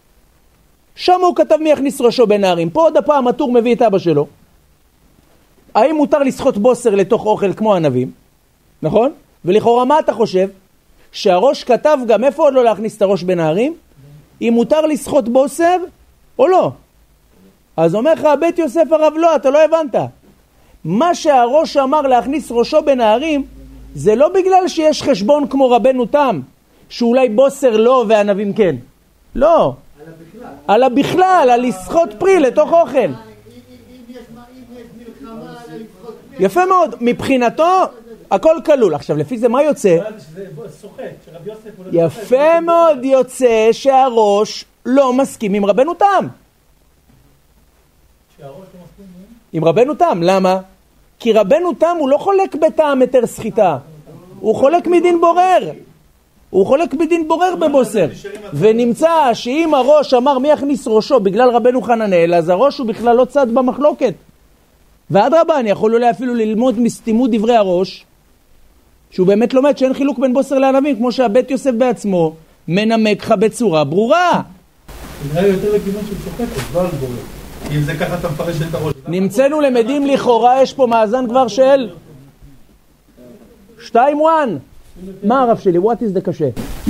שם הוא כתב מי יכניס ראשו בין ההרים. פה עוד הפעם הטור מביא את אבא שלו. האם מותר לסחוט בוסר לתוך אוכל כמו ענבים? נכון? ולכאורה מה אתה חושב? שהראש כתב גם איפה עוד לא להכניס את הראש בין הערים? אם מותר לסחוט בוסר או לא. אז אומר לך בית יוסף הרב לא, אתה לא הבנת. מה שהראש אמר להכניס ראשו בין הערים, זה לא בגלל שיש חשבון כמו רבנו תם, שאולי בוסר לא וענבים כן. לא. על הבכלל, על לסחוט פרי לתוך אוכל. יפה מאוד, מבחינתו הכל כלול. עכשיו לפי זה מה יוצא? יפה מאוד יוצא שהראש לא מסכים עם רבנו תם. עם רבנו תם, למה? כי רבנו תם הוא לא חולק בטעם יותר סחיטה, הוא חולק מדין בורר. הוא חולק בדין בורר בבוסר, ונמצא שאם הראש אמר מי יכניס ראשו בגלל רבנו חננאל, אז הראש הוא בכלל לא צד במחלוקת. ועד רבה אני יכול אולי אפילו ללמוד מסתימות דברי הראש, שהוא באמת לומד שאין חילוק בין בוסר לענבים, כמו שהבית יוסף בעצמו מנמק לך בצורה ברורה. נראה יותר לכיוון של שוחקת, לא על בורר. אם זה ככה אתה מפרש את הראש. נמצאנו למדים לכאורה, יש פה מאזן כבר של שתיים וואן. מה הרב שלי? What is the קשה?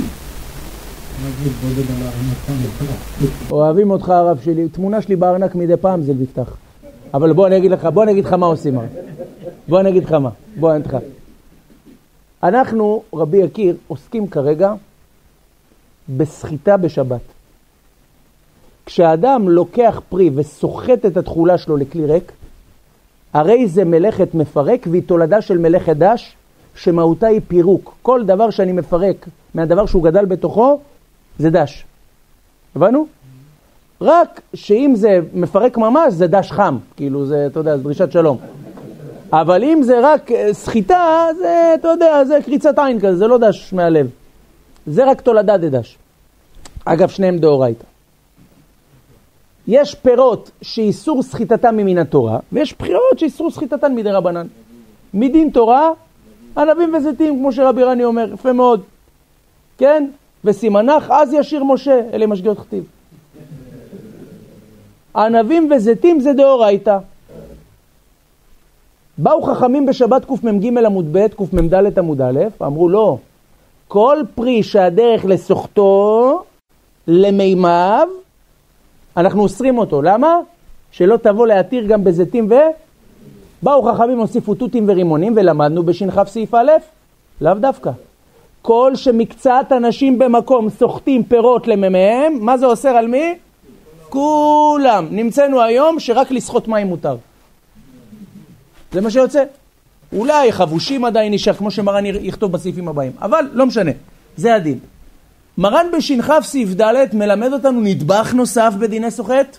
אוהבים אותך הרב שלי, תמונה שלי בארנק מדי פעם זה לפתח. אבל בוא אני אגיד לך, בוא אני אגיד לך מה עושים. בוא אני אגיד לך מה, בוא אני אגיד לך. אנחנו, רבי יקיר, עוסקים כרגע בסחיטה בשבת. כשאדם לוקח פרי וסוחט את התחולה שלו לכלי ריק, הרי זה מלאכת מפרק והיא תולדה של מלאכת דש, שמהותה היא פירוק. כל דבר שאני מפרק מהדבר שהוא גדל בתוכו, זה דש. הבנו? רק שאם זה מפרק ממש, זה דש חם. כאילו זה, אתה יודע, זה דרישת שלום. אבל אם זה רק סחיטה, זה, אתה יודע, זה קריצת עין כזה, זה לא דש מהלב. זה רק תולדה דש. אגב, שניהם דאורייתא. יש פירות שאיסור סחיטתן מן התורה, ויש פירות שאיסור סחיטתן מדי רבנן. מדין תורה, ענבים וזיתים, כמו שרבי רני אומר, יפה מאוד. כן? וסימנך, אז ישיר משה, אלה משגיאות כתיב. ענבים וזיתים זה דאורייתא. באו חכמים בשבת קמ"ג עמוד ב' קמ"ד עמוד א', אמרו לא, כל פרי שהדרך לסוחטו למימיו, אנחנו אוסרים אותו. למה? שלא תבוא להתיר גם בזיתים ו... באו חכמים הוסיפו תותים ורימונים, ולמדנו בשנחף סעיף א', לאו דווקא. כל שמקצת אנשים במקום סוחטים פירות למימיהם, מה זה אוסר על מי? כולם. נמצאנו היום שרק לסחוט מים מותר. זה מה שיוצא. אולי חבושים עדיין נשאר, כמו שמרן יכתוב בסעיפים הבאים. אבל לא משנה, זה הדין. מרן בשנחף סעיף ד' מלמד אותנו נדבך נוסף בדיני סוחט,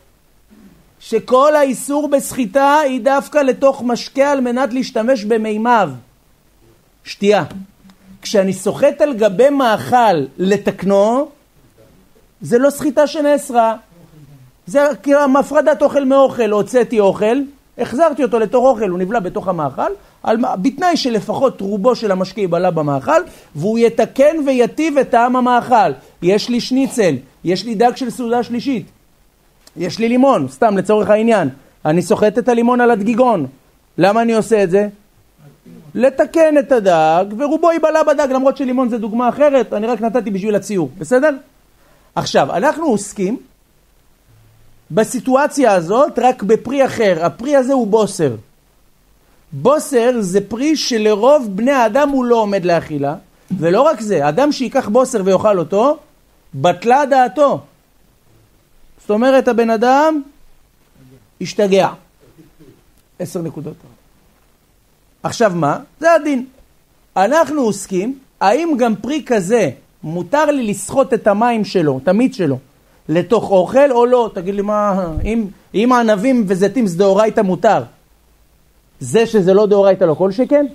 שכל האיסור בסחיטה היא דווקא לתוך משקה על מנת להשתמש במימיו. שתייה. כשאני סוחט על גבי מאכל לתקנו, זה לא סחיטה שנאסרה. זה כאילו מפרדת אוכל מאוכל, הוצאתי אוכל, החזרתי אותו לתוך אוכל, הוא נבלע בתוך המאכל, על, בתנאי שלפחות רובו של המשקה יבלע במאכל, והוא יתקן ויטיב את טעם המאכל. יש לי שניצל, יש לי דג של סעודה שלישית, יש לי לימון, סתם לצורך העניין. אני סוחט את הלימון על הדגיגון. למה אני עושה את זה? לתקן את הדג, ורובו יבלע בדג, למרות שלימון זה דוגמה אחרת, אני רק נתתי בשביל הציור. בסדר? עכשיו, אנחנו עוסקים בסיטואציה הזאת רק בפרי אחר. הפרי הזה הוא בוסר. בוסר זה פרי שלרוב בני האדם הוא לא עומד לאכילה, ולא רק זה, אדם שיקח בוסר ויאכל אותו, בטלה דעתו. זאת אומרת, הבן אדם השתגע. עשר נקודות. עכשיו מה? זה הדין. אנחנו עוסקים, האם גם פרי כזה מותר לי לסחוט את המים שלו, את המיץ שלו, לתוך אוכל או לא? תגיד לי מה, אם, אם הענבים וזיתים זה דאורייתא מותר, זה שזה לא דאורייתא לא כל שכן?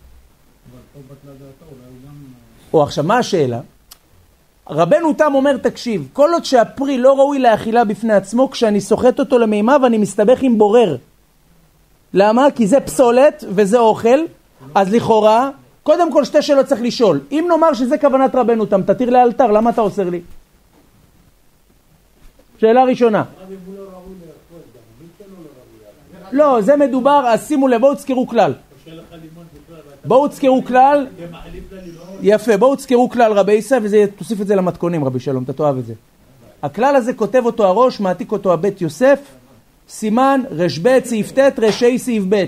או עכשיו מה השאלה? רבנו תם אומר, תקשיב, כל עוד שהפרי לא ראוי לאכילה בפני עצמו, כשאני סוחט אותו למימיו אני מסתבך עם בורר. למה? כי זה פסולת וזה אוכל, אז לכאורה, קודם כל שתי שאלות צריך לשאול. אם נאמר שזה כוונת רבנו תם, תתיר לאלתר, למה אתה אוסר לי? שאלה ראשונה. לא, זה מדובר, אז שימו לב, בואו תזכרו כלל. בואו תזכרו כלל. יפה, בואו תזכרו כלל רבי ישראל, וזה תוסיף את זה למתכונים רבי שלום, אתה תאהב את זה. הכלל הזה כותב אותו הראש, מעתיק אותו הבית יוסף, סימן רשבט סעיף ת' רשי סעיף ב',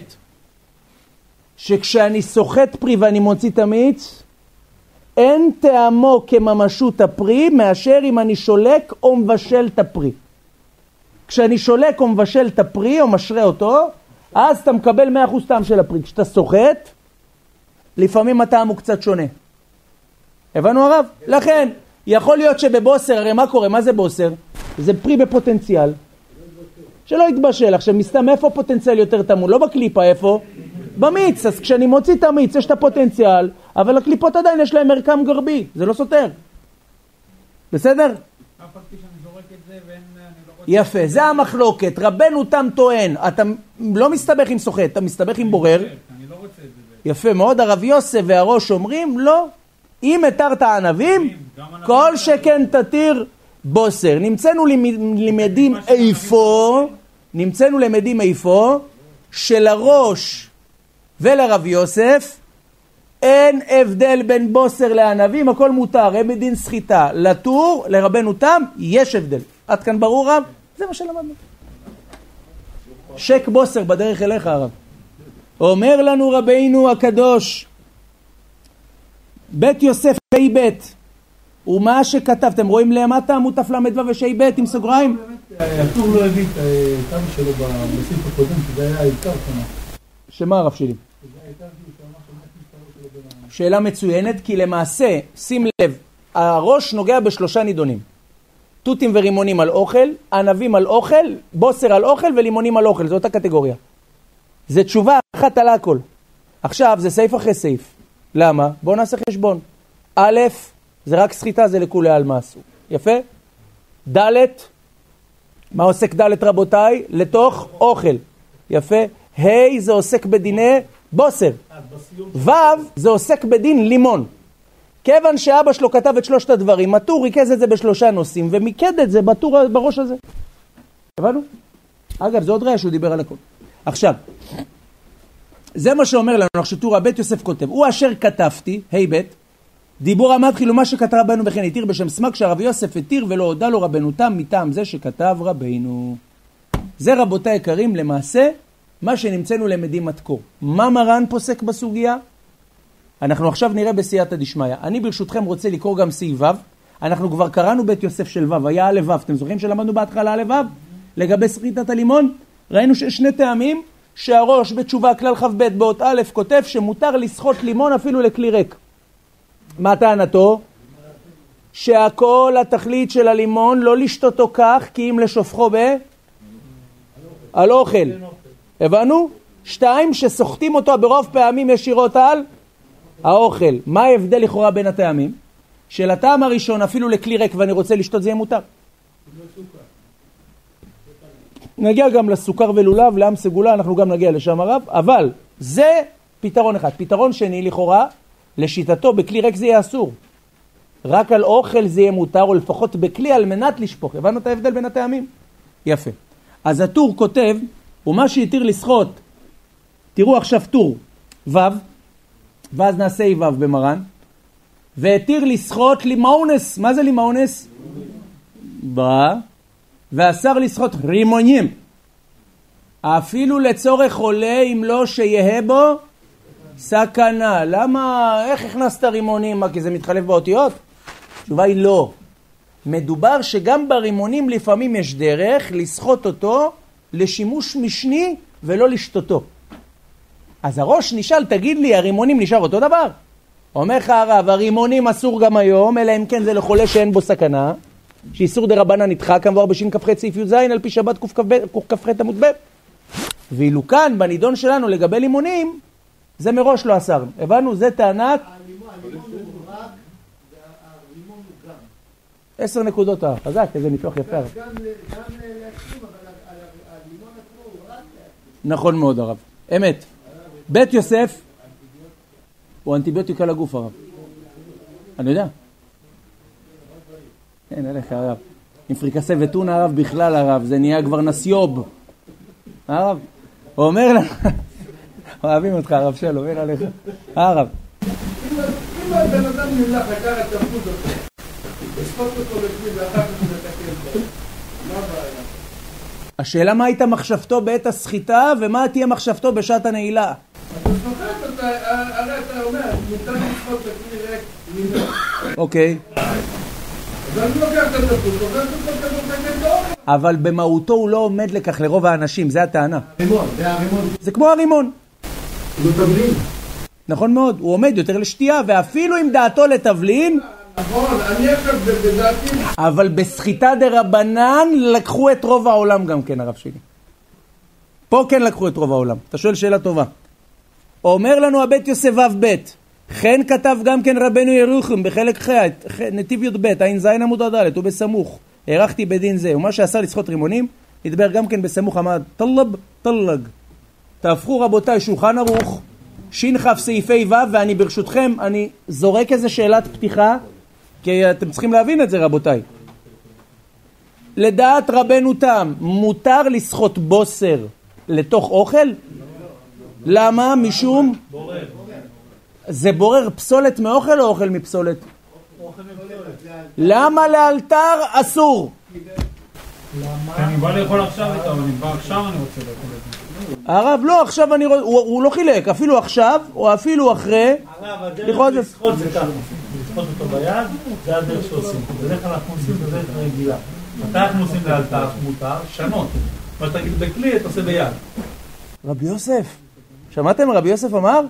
שכשאני סוחט פרי ואני מוציא את המיץ, אין טעמו כממשות הפרי מאשר אם אני שולק או מבשל את הפרי. כשאני שולק או מבשל את הפרי או משרה אותו, אז אתה מקבל מאה אחוז טעם של הפרי. כשאתה סוחט, לפעמים הטעם הוא קצת שונה. הבנו הרב? לכן, יכול להיות שבבוסר, הרי מה קורה? מה זה בוסר? זה פרי בפוטנציאל. שלא יתבשל. עכשיו, מסתם איפה פוטנציאל יותר טמון? לא בקליפה, איפה? במיץ. אז כשאני מוציא את המיץ, יש את הפוטנציאל, אבל הקליפות עדיין יש להם מרקם גרבי. זה לא סותר. בסדר? יפה, זה המחלוקת. רבנו תם טוען, אתה לא מסתבך עם סוחט, אתה מסתבך עם בורר. יפה מאוד, הרב יוסף והראש אומרים, לא. אם התרת ענבים, כל שכן תתיר בוסר. נמצאנו למדים איפה, נמצאנו למדים איפה, שלראש ולרב יוסף, אין הבדל בין בוסר לענבים, הכל מותר, הם בדין סחיטה. לתור, לרבנו תם, יש הבדל. עד כאן ברור רב? זה מה שלמדנו. שק בוסר בדרך אליך הרב. אומר לנו רבינו הקדוש, בית יוסף שי בית, ומה שכתבתם, רואים למטה מוטף למדווה ושי בית עם סוגריים? הטור לא הביא את כמה שלו בסעיף הקודם, שזה היה העיקר שמה. שמה הרב שלי? שאלה מצוינת, כי למעשה, שים לב, הראש נוגע בשלושה נידונים. תותים ורימונים על אוכל, ענבים על אוכל, בוסר על אוכל ולימונים על אוכל, זו אותה קטגוריה. זה תשובה אחת על הכל. עכשיו, זה סעיף אחרי סעיף. למה? בואו נעשה חשבון. א', זה רק סחיטה, זה לכולי על מה עשו. יפה? ד', מה עוסק ד' רבותיי? לתוך אוכל. יפה? ה', זה עוסק בדיני בוסר. ו', זה עוסק בדין לימון. כיוון שאבא שלו כתב את שלושת הדברים, הטור ריכז את זה בשלושה נושאים, ומיקד את זה בטור בראש הזה. הבנו? אגב, זה עוד רעי שהוא דיבר על הכל. עכשיו, זה מה שאומר לנו, עכשיו טור הבית יוסף כותב, הוא אשר כתבתי, היי בית, דיבור עמד חילו מה שכתב רבנו וכן התיר בשם סמק שהרב יוסף התיר ולא הודע לו רבנו תם מטעם זה שכתב רבנו. זה רבותי יקרים למעשה מה שנמצאנו למדים מתקור. מה מרן פוסק בסוגיה? אנחנו עכשיו נראה בסייעתא דשמיא. אני ברשותכם רוצה לקרוא גם סעיף ו'. אנחנו כבר קראנו בית יוסף של ו', היה א' ו'. אתם זוכרים שלמדנו בהתחלה א' ו'? לגבי סחיטת הלימון, ראינו שיש שני טעמים שהראש בתשובה כלל ח' ב' באות א' כותב שמותר לסחוט לימון אפילו לכלי ריק. מה טענתו? שהכל התכלית של הלימון לא לשתותו כך כי אם לשופכו ב... על אוכל. הבנו? שתיים, שסוחטים אותו ברוב פעמים ישירות על האוכל. מה ההבדל לכאורה בין הטעמים? של הטעם הראשון אפילו לכלי ריק ואני רוצה לשתות זה יהיה מותר. נגיע גם לסוכר ולולב, לעם סגולה, אנחנו גם נגיע לשם הרב, אבל זה פתרון אחד. פתרון שני לכאורה, לשיטתו בכלי ריק זה יהיה אסור. רק על אוכל זה יהיה מותר, או לפחות בכלי על מנת לשפוך. הבנו את ההבדל בין הטעמים? יפה. אז הטור כותב, ומה שהתיר לסחוט, תראו עכשיו טור, ו', ואז נעשה אי ו' במרן, והתיר לסחוט לימונס. מה זה לימונס? בא, ואסר לסחוט רימונים. אפילו לצורך עולה אם לא שיהיה בו סכנה. למה? איך הכנסת רימונים? מה, כי זה מתחלף באותיות? תשובה היא לא. מדובר שגם ברימונים לפעמים יש דרך לסחוט אותו לשימוש משני ולא לשתותו. אז הראש נשאל, תגיד לי, הרימונים נשאר אותו דבר? אומר לך הרב, הרימונים אסור גם היום, אלא אם כן זה לחולה שאין בו סכנה, שאיסור דרבנן נדחה, כמובן בשין כ"ח סעיף י"ז על פי שבת קכ"ח עמוד ב'. ואילו כאן בנידון שלנו לגבי לימונים, זה מראש לא אסר. הבנו, זה טענת הלימון הוא רק, והלימון הוא גם. עשר נקודות חזק, איזה ניתוח יפה. גם להקשים, אבל הלימון עצמו הוא רק להקשים. נכון מאוד הרב, אמת. בית יוסף הוא אנטיביוטיקה לגוף הרב. אני יודע. אין אליך הרב. עם פריקסי וטונה הרב בכלל הרב, זה נהיה כבר נסיוב. הרב. הוא אומר לה, אוהבים אותך הרב שלום, אין עליך. הרב. אם הבן אדם נמלח לקחת את הפוד הזה, לספות אותו לפני ואחר כך לתקן בו, מה הבעיה? השאלה מה הייתה מחשבתו בעת הסחיטה ומה תהיה מחשבתו בשעת הנעילה. אתה סוחט, הרי אתה אומר, ניתן לספות לפני רק נמלח. אוקיי. אז אני לוקח את הפוד, לוקח אותו כדי לתקן באוכל. אבל במהותו הוא לא עומד לכך לרוב האנשים, זה הטענה. הרימון, זה הרימון. זה כמו הרימון. לא תבלין. נכון מאוד, הוא עומד יותר לשתייה, ואפילו עם דעתו לתבלין. נכון, אני עכשיו בדעתי. אבל בסחיטה דרבנן לקחו את רוב העולם גם כן, הרב שלי. פה כן לקחו את רוב העולם. אתה שואל שאלה טובה. אומר לנו הבית יוסף ו' ב', כן כתב גם כן רבנו ירוחם בחלק ח', נתיב י' ב', עין זין עמוד ד', הוא בסמוך. הערכתי בדין זה, ומה שעשה לשחות רימונים, נדבר גם כן בסמוך עמד טלב, טלג. תהפכו רבותיי שולחן ערוך, שין כף סעיפי ו', ואני ברשותכם, אני זורק איזה שאלת פתיחה, כי אתם צריכים להבין את זה רבותיי. לדעת רבנו תם, מותר לשחות בוסר לתוך אוכל? למה? משום? בורר. זה בורר פסולת מאוכל או אוכל מפסולת? למה לאלתר אסור? אני בא לאכול עכשיו איתו, אבל אני בא עכשיו אני רוצה לאכול את זה. הרב לא, עכשיו אני רוצה, הוא לא חילק, אפילו עכשיו או אפילו אחרי. הרב, הדרך לשחות זה ככה, לשחות אותו ביד, זה הדרך שעושים. בדרך כלל אנחנו עושים בדרך רגילה. מתי אנחנו עושים לאלתר מותר? שנות. מה שתגיד בכלי, אתה עושה ביד. רבי יוסף, שמעתם רבי יוסף אמר?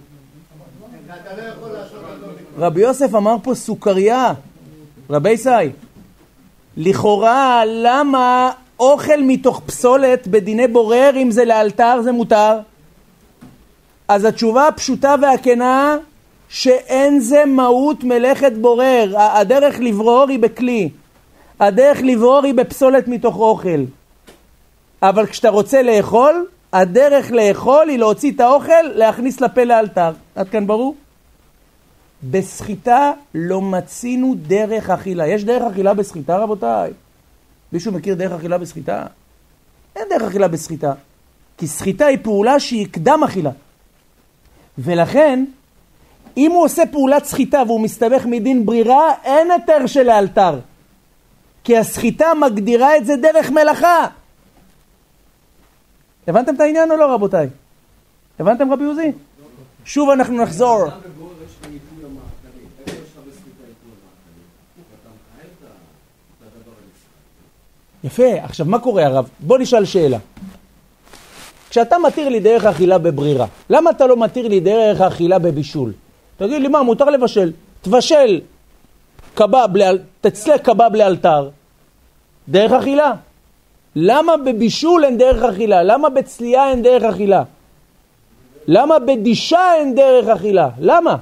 רבי יוסף אמר פה סוכריה, רבי סי, לכאורה למה אוכל מתוך פסולת בדיני בורר אם זה לאלתר זה מותר? אז התשובה הפשוטה והכנה שאין זה מהות מלאכת בורר. הדרך לברור היא בכלי, הדרך לברור היא בפסולת מתוך אוכל, אבל כשאתה רוצה לאכול, הדרך לאכול היא להוציא את האוכל להכניס לפה לאלתר. עד כאן ברור? בסחיטה לא מצינו דרך אכילה. יש דרך אכילה בסחיטה רבותיי? מישהו מכיר דרך אכילה בסחיטה? אין דרך אכילה בסחיטה, כי סחיטה היא פעולה שהיא קדם אכילה, ולכן אם הוא עושה פעולת סחיטה והוא מסתבך מדין ברירה, אין היתר של לאלתר, כי הסחיטה מגדירה את זה דרך מלאכה. הבנתם את העניין או לא רבותיי? הבנתם רבי עוזי? שוב אנחנו נחזור. יפה, עכשיו מה קורה הרב? בוא נשאל שאלה. כשאתה מתיר לי דרך אכילה בברירה, למה אתה לא מתיר לי דרך אכילה בבישול? תגיד לי מה, מותר לבשל? תבשל קבב, תצלק קבב לאלתר, דרך אכילה. למה בבישול אין דרך אכילה? למה בצלייה אין דרך אכילה? למה בדישה אין דרך אכילה? למה?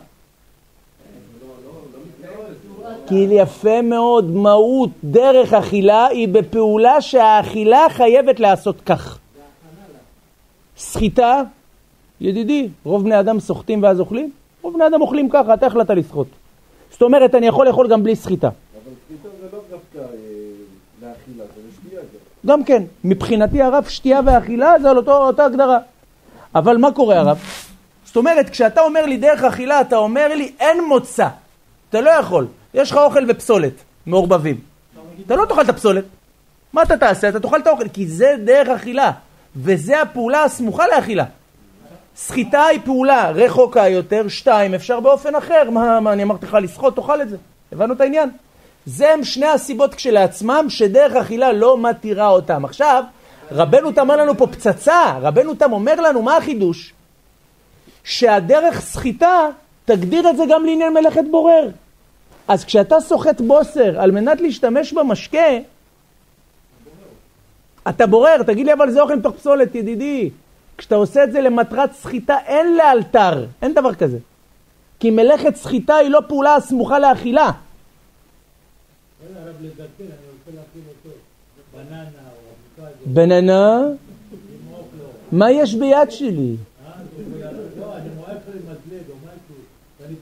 כי יפה מאוד, מהות דרך אכילה היא בפעולה שהאכילה חייבת לעשות כך. סחיטה, ידידי, רוב בני אדם סוחטים ואז אוכלים? רוב בני אדם אוכלים ככה, אתה החלטת לסחוט. זאת אומרת, אני יכול לאכול גם בלי סחיטה. אבל סחיטה זה לא דווקא לאכילה, זה לשתייה. גם כן, מבחינתי הרב, שתייה ואכילה זה על אותו, אותה הגדרה. אבל מה קורה הרב? זאת אומרת, כשאתה אומר לי דרך אכילה, אתה אומר לי אין מוצא. אתה לא יכול. יש לך אוכל ופסולת, מעורבבים. אתה לא תאכל את הפסולת. מה אתה תעשה? אתה תאכל את האוכל, כי זה דרך אכילה. וזה הפעולה הסמוכה לאכילה. סחיטה היא פעולה רחוקה יותר, שתיים, אפשר באופן אחר. מה, מה אני אמרתי לך לסחוט, תאכל את זה. הבנו את העניין? זה הם שני הסיבות כשלעצמם שדרך אכילה לא מתירה אותם. עכשיו, רבנו תם אומר לנו פה פצצה. רבנו תם אומר לנו, מה החידוש? שהדרך סחיטה תגדיר את זה גם לעניין מלאכת בורר. אז כשאתה סוחט בוסר על מנת להשתמש במשקה, אתה בורר, תגיד לי אבל זה אוכל מתוך פסולת ידידי. כשאתה עושה את זה למטרת סחיטה אין לאלתר, אין דבר כזה. כי מלאכת סחיטה היא לא פעולה הסמוכה לאכילה. בננה? מה יש ביד שלי?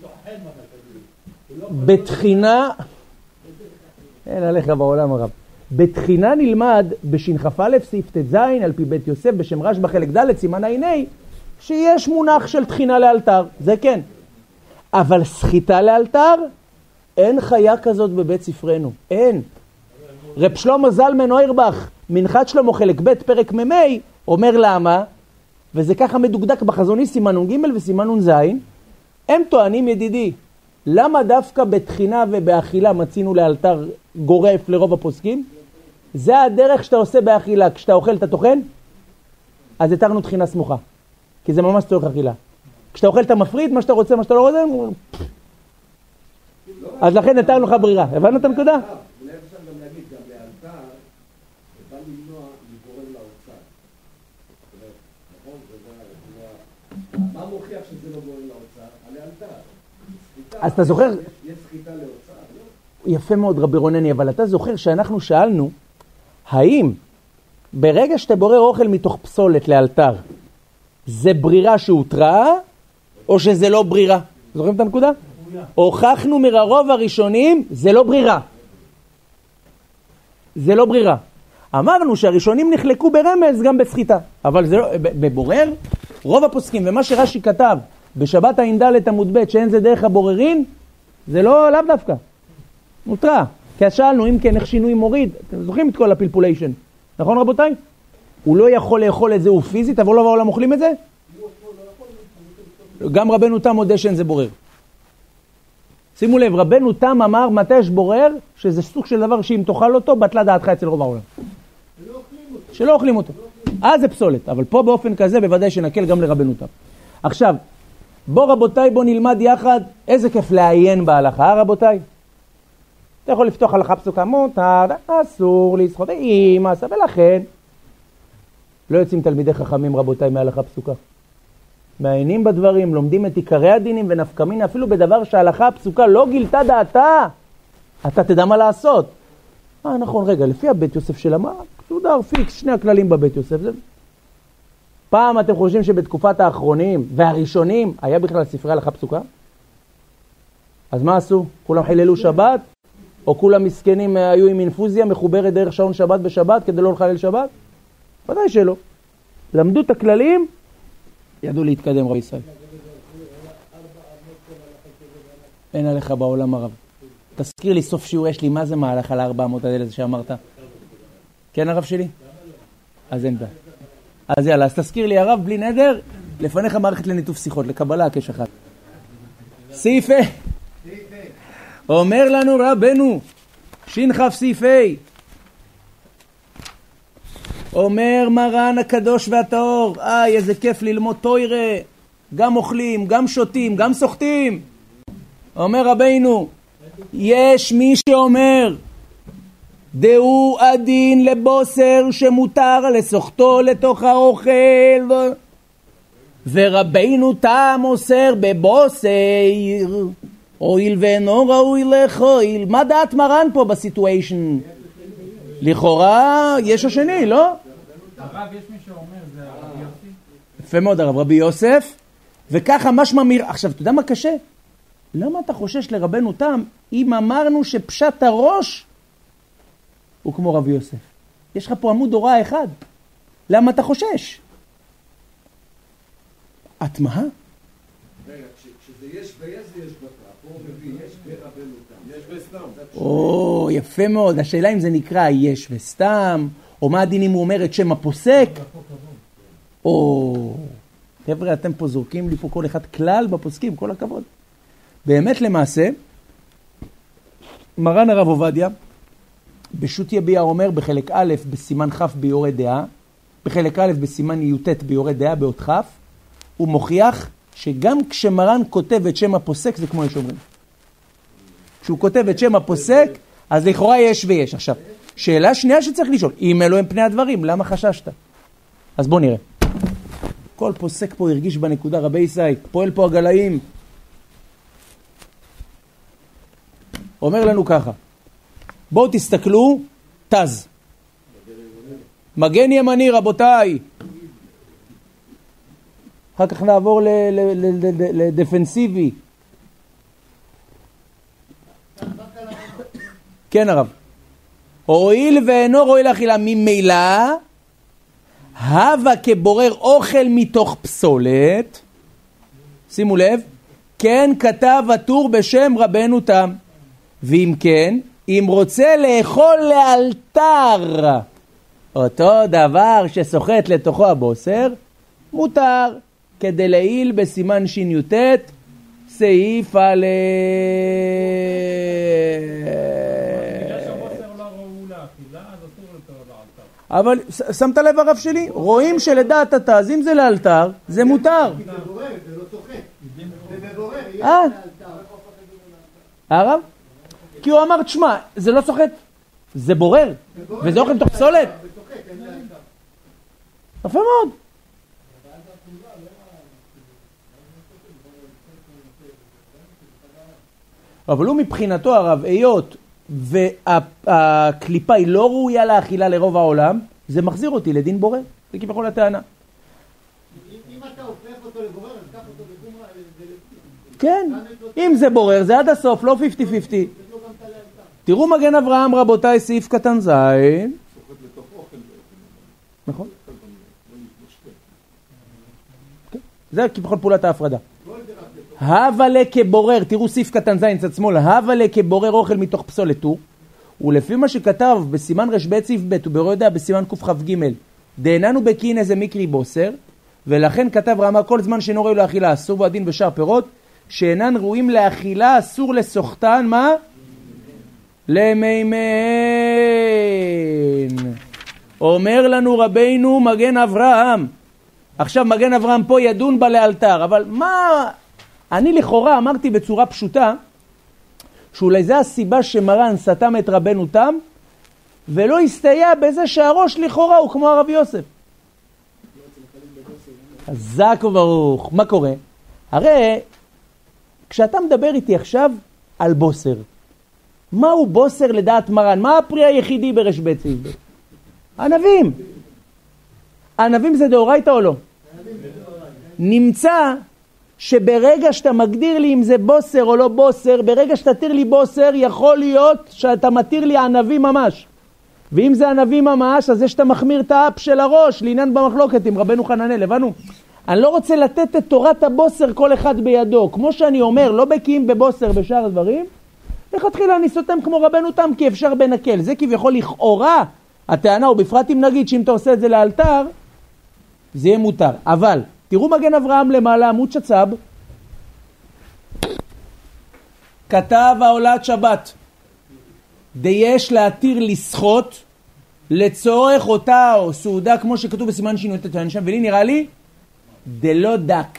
בתחינה, אין עליך בעולם הרב. בתחינה נלמד בשנחף א' סעיף תז על פי בית יוסף בשם רש בחלק ד' סימן עיני, שיש מונח של תחינה לאלתר, זה כן. אבל סחיטה לאלתר, אין חיה כזאת בבית ספרנו, אין. רב שלמה זלמן אוירבך, מנחת שלמה חלק ב' פרק ממי, אומר למה, וזה ככה מדוקדק בחזוני סימן נ' ג' וסימן נ' ז', הם טוענים ידידי, למה דווקא בתחינה ובאכילה מצינו לאלתר גורף לרוב הפוסקים? זה הדרך שאתה עושה באכילה, כשאתה אוכל אתה טוחן, אז התרנו תחינה סמוכה, כי זה ממש צורך אכילה. כשאתה אוכל אתה מפריד, מה שאתה רוצה, מה שאתה לא רוצה, אז לכן התרנו לך ברירה. הבנת את הנקודה? אולי אפשר גם להגיד, גם לאלתר, בא למנוע מגורם לאוצר. נכון? מה מוכיח שזה לא גורם לאוצר? על האלתר. אז אתה זוכר? יש סחיטה לאוצר, לא? יפה מאוד רבי רונני, אבל אתה זוכר שאנחנו שאלנו, האם ברגע שאתה בורר אוכל מתוך פסולת לאלתר, זה ברירה שהותרה, או שזה לא ברירה? זוכרים את הנקודה? הוכחנו מרוב הראשונים, זה לא ברירה. זה לא ברירה. אמרנו שהראשונים נחלקו ברמז גם בסחיטה, אבל זה לא, בבורר, רוב הפוסקים, ומה שרש"י כתב, בשבת הע"ד עמוד ב' שאין זה דרך הבוררין, זה לא לאו דווקא. מותרה. כי אז שאלנו, אם כן, איך שינוי מוריד? אתם זוכרים את כל הפלפוליישן. נכון רבותיי? הוא לא יכול לאכול את זה, הוא פיזית, אבל לא בעולם אוכלים את זה? גם רבנו תם מודה שאין זה בורר. שימו לב, רבנו תם אמר, מתי יש בורר, שזה סוג של דבר שאם תאכל אותו, בטלה דעתך אצל רוב העולם. שלא אוכלים אותו. אז זה פסולת, אבל פה באופן כזה בוודאי שנקל גם לרבנו תם. עכשיו, בוא רבותיי, בוא נלמד יחד, איזה כיף לעיין בהלכה, רבותיי? אתה יכול לפתוח הלכה פסוקה, מותר, אסור לסחוט, אם עשה, ולכן לא יוצאים תלמידי חכמים רבותיי מהלכה פסוקה. מעיינים בדברים, לומדים את עיקרי הדינים ונפקמין, אפילו בדבר שההלכה הפסוקה לא גילתה דעתה, אתה תדע מה לעשות. אה נכון, רגע, לפי הבית יוסף של מה? סודר פיקס, שני הכללים בבית יוסף. זה... פעם אתם חושבים שבתקופת האחרונים והראשונים היה בכלל ספרי הלכה פסוקה? אז מה עשו? כולם חיללו שבת? או כולם מסכנים היו עם אינפוזיה מחוברת דרך שעון שבת בשבת כדי לא לחלל שבת? ודאי שלא. למדו את הכללים, ידעו להתקדם רבי ישראל. אין עליך בעולם הרב. תזכיר לי סוף שיעור, יש לי מה זה מהלך על ארבע מאות האלה שאמרת? כן הרב שלי? אז אין בה. אז יאללה, אז תזכיר לי הרב בלי נדר, לפניך מערכת לניתוף שיחות, לקבלה הקש אחת. סעיפה. אומר לנו רבנו, שנחף סעיפי. אומר מרן הקדוש והטהור, איי איזה כיף ללמוד תוירה, גם אוכלים, גם שותים, גם סוחטים. אומר רבינו, יש מי שאומר, דהו הדין לבוסר שמותר לסוחטו לתוך האוכל, ורבינו תם אוסר בבוסר, אויל ואינו ראוי לאכול. מה דעת מרן פה בסיטואשן? לכאורה יש השני, לא? הרב, יש מי שאומר, זה הרב יוסי? יפה מאוד, הרב רבי יוסף, וככה משמע מיר... עכשיו, אתה יודע מה קשה? למה אתה חושש לרבנו תם, אם אמרנו שפשט הראש הוא כמו רבי יוסף? יש לך פה עמוד הוראה אחד. למה אתה חושש? את מה? רגע, כשזה יש ויש זה יש בטח. פה מביא יש ברבנו תם. יש וסתם. או, יפה מאוד. השאלה אם זה נקרא יש וסתם, או מה הדין אם הוא אומר את שם הפוסק? או, חבר'ה, אתם פה זורקים לי פה כל אחד כלל בפוסקים, כל הכבוד. באמת למעשה, מרן הרב עובדיה, בשו"ת יביע אומר בחלק א' בסימן כ' ביורה דעה, בחלק א' בסימן י"ט ביורה דעה באות כ', הוא מוכיח שגם כשמרן כותב את שם הפוסק זה כמו יש אומרים. כשהוא כותב את שם הפוסק, אז לכאורה יש ויש. עכשיו, שאלה שנייה שצריך לשאול, אם אלו הם פני הדברים, למה חששת? אז בוא נראה. כל פוסק פה הרגיש בנקודה, רבי ישראל, פועל פה הגלאים. אומר לנו ככה, בואו תסתכלו, תז. מגן ימני רבותיי. אחר כך נעבור לדפנסיבי. כן הרב. הואיל ואינו ראוי לאכילה ממילא, הווה כבורר אוכל מתוך פסולת, שימו לב, כן כתב הטור בשם רבנו תם. ואם כן, אם רוצה לאכול לאלתר אותו דבר שסוחט לתוכו הבוסר, מותר, כדי להעיל בסימן שי"ט סעיף א'. אבל שמת לב הרב שלי, רואים שלדעת התז, אם זה לאלתר, זה מותר. זה בורר, זה לא צוחק. זה מבורר, יהיה אה? לאלתר. הרב? כי הוא אמר, תשמע, זה לא סוחט, זה בורר, וזה אוכל מתוך פסולת. יפה מאוד. אבל הוא מבחינתו הרב, היות והקליפה היא לא ראויה לאכילה לרוב העולם, זה מחזיר אותי לדין בורר, זה כביכול הטענה. אם אתה הופך אותו לבורר, אז קח אותו בגומרה, זה כן, אם זה בורר, זה עד הסוף, לא חמישים חמישים. תראו מגן אברהם רבותיי, סעיף קטן זין. נכון. זה כביכול פעולת ההפרדה. הווה לה כבורר, תראו סעיף קטן זין צד שמאל, הווה לה כבורר אוכל מתוך פסולת טור, ולפי מה שכתב בסימן רשב"ת סעיף ב' וברוידע בסימן קכ"ג, דאיננו בקין איזה מקרי בוסר, ולכן כתב רמה כל זמן שאינו ראוי לאכילה אסור והדין בשאר פירות, שאינן ראויים לאכילה אסור לסוחתן, מה? למימן. אומר לנו רבינו מגן אברהם, עכשיו מגן אברהם פה ידון בה לאלתר, אבל מה, אני לכאורה אמרתי בצורה פשוטה, שאולי זה הסיבה שמרן סתם את רבנו תם, ולא הסתייע בזה שהראש לכאורה הוא כמו הרב יוסף. חזק וברוך. מה קורה? הרי כשאתה מדבר איתי עכשיו על בוסר, מהו בוסר לדעת מרן? מה הפרי היחידי ברשב"ת סעיף ב'? ענבים. ענבים זה דאורייתא או לא? נמצא שברגע שאתה מגדיר לי אם זה בוסר או לא בוסר, ברגע שאתה תיר לי בוסר, יכול להיות שאתה מתיר לי ענבים ממש. ואם זה ענבים ממש, אז זה שאתה מחמיר את האפ של הראש, לעניין במחלוקת עם רבנו חננאל, הבנו? אני לא רוצה לתת את תורת הבוסר כל אחד בידו. כמו שאני אומר, לא בקיאים בבוסר בשאר הדברים, לכתחילה אני סותם כמו רבנו תם, כי אפשר בנקל. זה כביכול לכאורה הטענה, ובפרט אם נגיד שאם אתה עושה את זה לאלתר, זה יהיה מותר. אבל, תראו מגן אברהם למעלה, עמוד שצ"ב, כתב העולת שבת, דיש להתיר לסחוט לצורך אותה או סעודה, כמו שכתוב בסימן שי"ט שם, ולי נראה לי, דלא דק.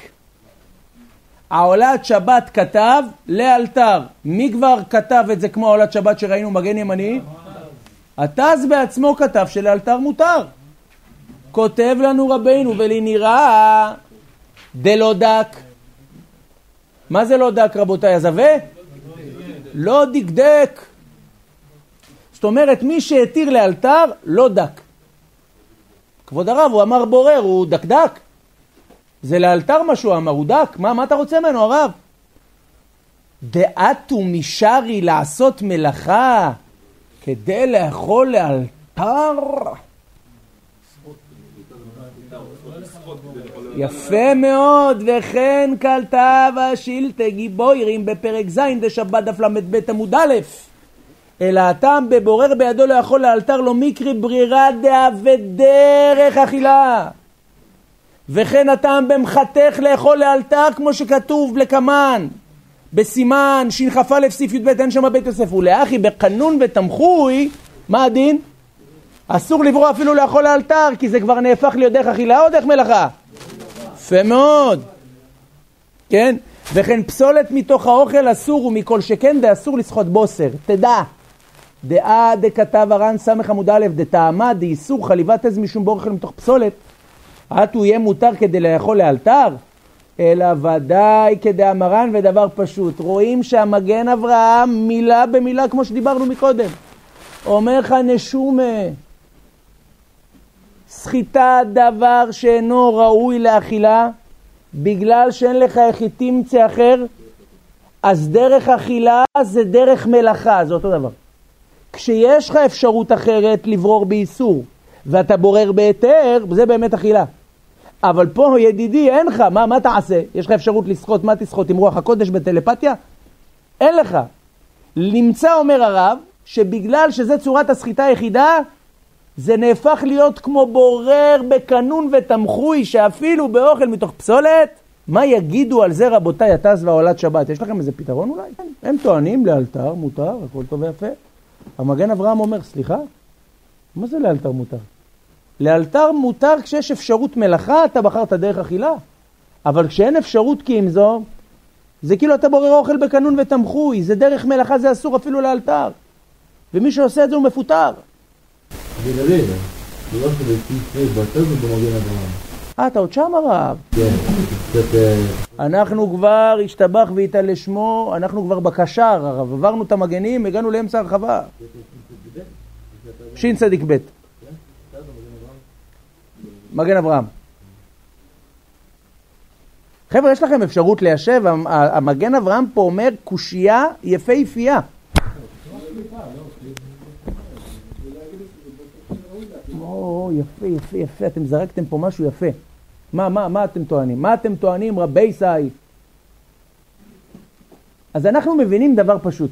העולת שבת כתב לאלתר. מי כבר כתב את זה כמו העולת שבת שראינו מגן ימני? התז בעצמו כתב שלאלתר מותר. כותב לנו רבינו, ולי נראה דלא דק. מה זה לא דק רבותיי? הזווה? לא דקדק. זאת אומרת, מי שהתיר לאלתר לא דק. כבוד הרב, הוא אמר בורר, הוא דקדק. זה לאלתר מה שהוא אמר, הוא דק. מה, מה אתה רוצה ממנו הרב? דעתו משרי לעשות מלאכה כדי לאכול לאלתר. יפה מאוד. וכן כתב השילתא גיבוירים בפרק ז' דשבת דף למד ב' עמוד א', אלא הטעם בבורר בידו לא יכול לאלתר לו מקרי ברירה דעה ודרך אכילה. וכן הטעם במחתך לאכול לאלתר כמו שכתוב לקמן בסימן שכ"א סעיף י"ב, אין שם בית יוסף. ולאחי בקנון ותמחוי, מה הדין? אסור לברוא אפילו לאכול לאלתר, כי זה כבר נהפך להיות דרך אכילה או דרך מלאכה. יפה מאוד. כן? וכן פסולת מתוך האוכל אסור, ומכל שכן דאסור לסחוט בוסר. תדע, דעה דכתב הר"ן סמך עמוד א', דטעמה דאיסור חליבת עז משום באוכל מתוך פסולת, עד הוא יהיה מותר כדי לאכול לאלתר, אלא ודאי כדאמרן ודבר פשוט. רואים שהמגן אברהם מילה במילה כמו שדיברנו מקודם. אומר לך נשומה, סחיטה דבר שאינו ראוי לאכילה, בגלל שאין לך איך תמצא אחר, אז דרך אכילה זה דרך מלאכה, זה אותו דבר. כשיש לך אפשרות אחרת לברור באיסור, ואתה בורר בהיתר, זה באמת אכילה. אבל פה ידידי אין לך, מה, מה תעשה? יש לך אפשרות לשחות, מה תשחות עם רוח הקודש בטלפתיה? אין לך. נמצא אומר הרב, שבגלל שזה צורת הסחיטה היחידה, זה נהפך להיות כמו בורר בקנון ותמחוי, שאפילו באוכל מתוך פסולת, מה יגידו על זה רבותיי, הטס והעולת שבת? יש לכם איזה פתרון אולי? הם טוענים לאלתר, מותר, הכל טוב ויפה. המגן אברהם אומר, סליחה? מה זה לאלתר מותר? לאלתר מותר כשיש אפשרות מלאכה, אתה בחרת דרך אכילה. אבל כשאין אפשרות כי אם זו, זה כאילו אתה בורר אוכל בקנון ותמחוי, זה דרך מלאכה, זה אסור אפילו לאלתר. ומי שעושה את זה הוא מפוטר. זה גליל, זה לא שזה תשמי, ואתה זה במגן אברהם. אה, אתה עוד שם הרב? כן, קצת... אנחנו כבר השתבח ואיתה לשמו, אנחנו כבר בקשר הרב, עברנו את המגנים, הגענו לאמצע הרחבה. שין צדיק בית. מגן אברהם. חבר'ה, יש לכם אפשרות ליישב, המגן אברהם פה אומר קושייה יפהפייה. או, יפה, יפה, יפה, אתם זרקתם פה משהו יפה. מה, מה, מה אתם טוענים? מה אתם טוענים, רבי סאי? אז אנחנו מבינים דבר פשוט.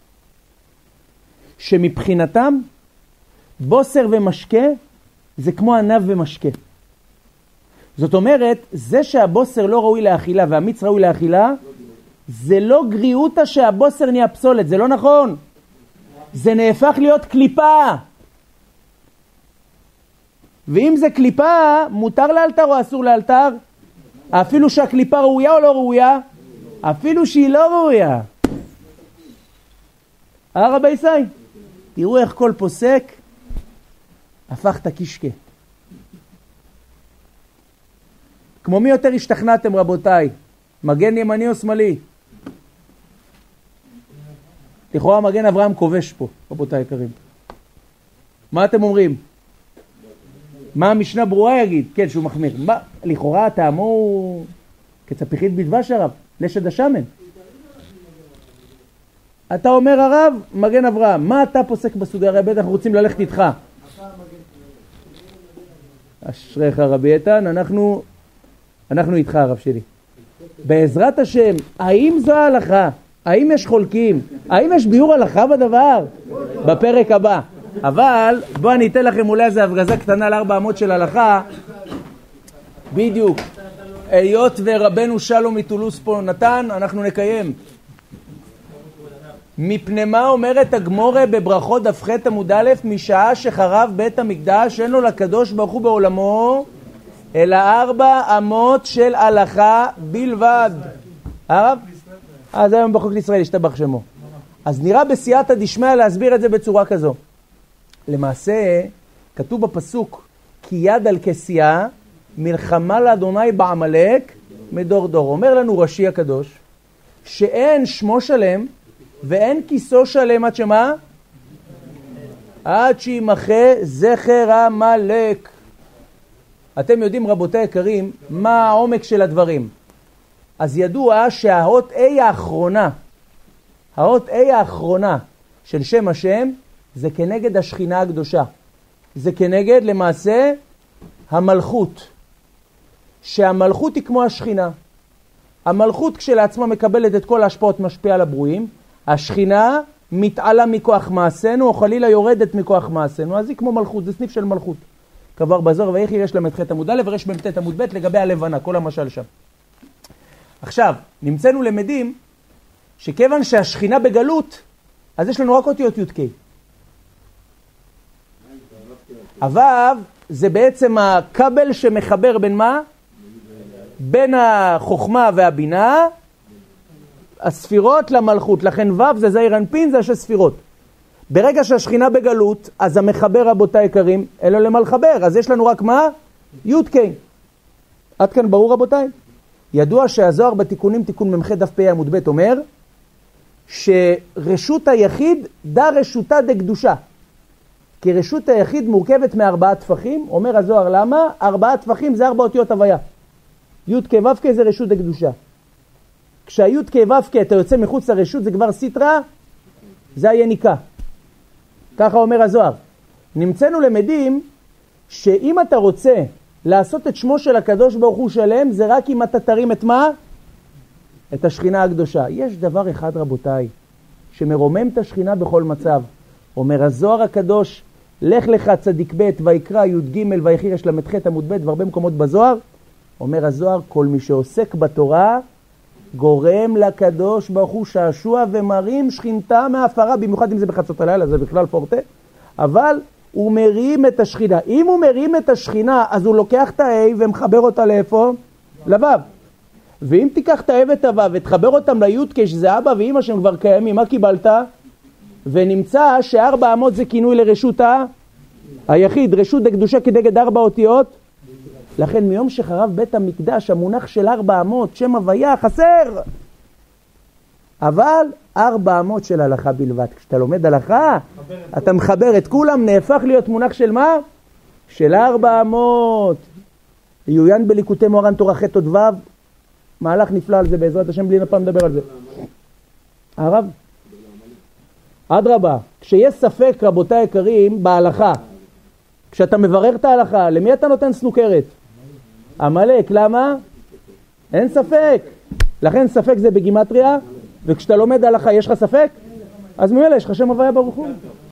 שמבחינתם, בוסר ומשקה, זה כמו ענב ומשקה. זאת אומרת, זה שהבוסר לא ראוי לאכילה והמיץ ראוי לאכילה, זה לא גריעותה שהבוסר נהיה פסולת, זה לא נכון. זה נהפך להיות קליפה. ואם זה קליפה, מותר לאלתר או אסור לאלתר? אפילו שהקליפה ראויה או לא ראויה? אפילו שהיא לא ראויה. אה רבי סי? תראו איך כל פוסק הפך את הקישקה. כמו מי יותר השתכנעתם רבותיי? מגן ימני או שמאלי? לכאורה מגן אברהם כובש פה, רבותיי יקרים. מה אתם אומרים? מה המשנה ברורה יגיד? כן, שהוא מחמיר. מה? לכאורה טעמו הוא כצפיחית בדבש הרב, לשד השמן. אתה אומר הרב, מגן אברהם, מה אתה פוסק בסוגיה? הרי בטח אנחנו רוצים ללכת איתך. אשריך רבי איתן, אנחנו, אנחנו איתך הרב שלי. בעזרת השם, האם זו ההלכה? האם יש חולקים? האם יש ביור הלכה בדבר? בפרק הבא. אבל בוא אני אתן לכם אולי איזו הפגזה קטנה לארבע אמות של הלכה. בדיוק. היות ורבנו שלום מטולוס פה נתן, אנחנו נקיים. מפני מה אומרת הגמורה בברכות דף ח' עמוד א', משעה שחרב בית המקדש אין לו לקדוש ברוך הוא בעולמו אלא ארבע אמות של הלכה בלבד. הרב? אז היום בחוק לישראל ישתבח שמו. אז נראה בסייעתא דשמיא להסביר את זה בצורה כזו. למעשה כתוב בפסוק כי יד על כסייה מלחמה לאדוני בעמלק מדור דור. אומר לנו רש"י הקדוש שאין שמו שלם ואין כיסו שלם עד שמה? עד שימחה זכר עמלק. אתם יודעים רבותיי יקרים מה העומק של הדברים. אז ידוע שהאות A האחרונה, האות A האחרונה של שם השם זה כנגד השכינה הקדושה. זה כנגד למעשה המלכות. שהמלכות היא כמו השכינה. המלכות כשלעצמה מקבלת את כל ההשפעות משפיעה על הברואים. השכינה מתעלה מכוח מעשינו או חלילה יורדת מכוח מעשינו. אז היא כמו מלכות, זה סניף של מלכות. כבר בזוהר ויחי יש להם את ח' עמוד א' ויש בהם את עמוד ב' לגבי הלבנה, כל המשל שם. עכשיו, נמצאנו למדים שכיוון שהשכינה בגלות, אז יש לנו רק אותיות י' ק'. אבל זה בעצם הכבל שמחבר בין מה? בין החוכמה והבינה, הספירות למלכות. לכן ו' זה זעיר אנפין, זה שש ספירות. ברגע שהשכינה בגלות, אז המחבר רבותיי יקרים, אין לו למה לחבר. אז יש לנו רק מה? י' ק'. עד כאן ברור רבותיי? ידוע שהזוהר בתיקונים, תיקון ממח' דף פ' עמוד ב' אומר, שרשות היחיד דה רשותה דה קדושה. כי רשות היחיד מורכבת מארבעה טפחים, אומר הזוהר למה? ארבעה טפחים זה ארבע אותיות הוויה. י' ק' ו' ק' זה רשות דה קדושה. כשהי' ק' ו' ק' אתה יוצא מחוץ לרשות זה כבר סיטרה, זה היניקה. ככה אומר הזוהר. נמצאנו למדים שאם אתה רוצה לעשות את שמו של הקדוש ברוך הוא שלם, זה רק אם אתה תרים את מה? את השכינה הקדושה. יש דבר אחד רבותיי, שמרומם את השכינה בכל מצב. אומר הזוהר הקדוש, לך לך צדיק ב' ויקרא י' ג' ויחי יש למד ח' עמוד ב' והרבה מקומות בזוהר. אומר הזוהר, כל מי שעוסק בתורה, גורם לקדוש ברוך הוא שעשוע ומרים שכינתה מהפרה, במיוחד אם זה בחצות הלילה, זה בכלל פורטה. אבל הוא מרים את השכינה. אם הוא מרים את השכינה, אז הוא לוקח את ה-A ומחבר אותה לאיפה? לו'. ואם תיקח את ה-A ואת ה-ו' ותחבר אותם לי' שזה אבא ואמא שהם כבר קיימים, מה קיבלת? ונמצא שארבע אמות זה כינוי לרשות ה... היחיד, רשות דקדושה כדגד ארבע אותיות. לכן מיום שחרב בית המקדש, המונח של ארבע אמות, שם הוויה, חסר. אבל ארבע אמות של הלכה בלבד. כשאתה לומד הלכה, אתה מחבר את כולם, נהפך להיות מונח של מה? של ארבע אמות. יוין בליקוטי מוהר"ן תורה ח' עוד ו', מהלך נפלא על זה בעזרת השם, בלי נפעם לדבר על זה. הרב? אדרבה, כשיש ספק רבותיי יקרים בהלכה, כשאתה מברר את ההלכה, למי אתה נותן סנוקרת? עמלק, למה? אין ספק. לכן ספק זה בגימטריה, וכשאתה לומד הלכה יש לך ספק? אז ממילא יש לך שם הוויה ברוך הוא.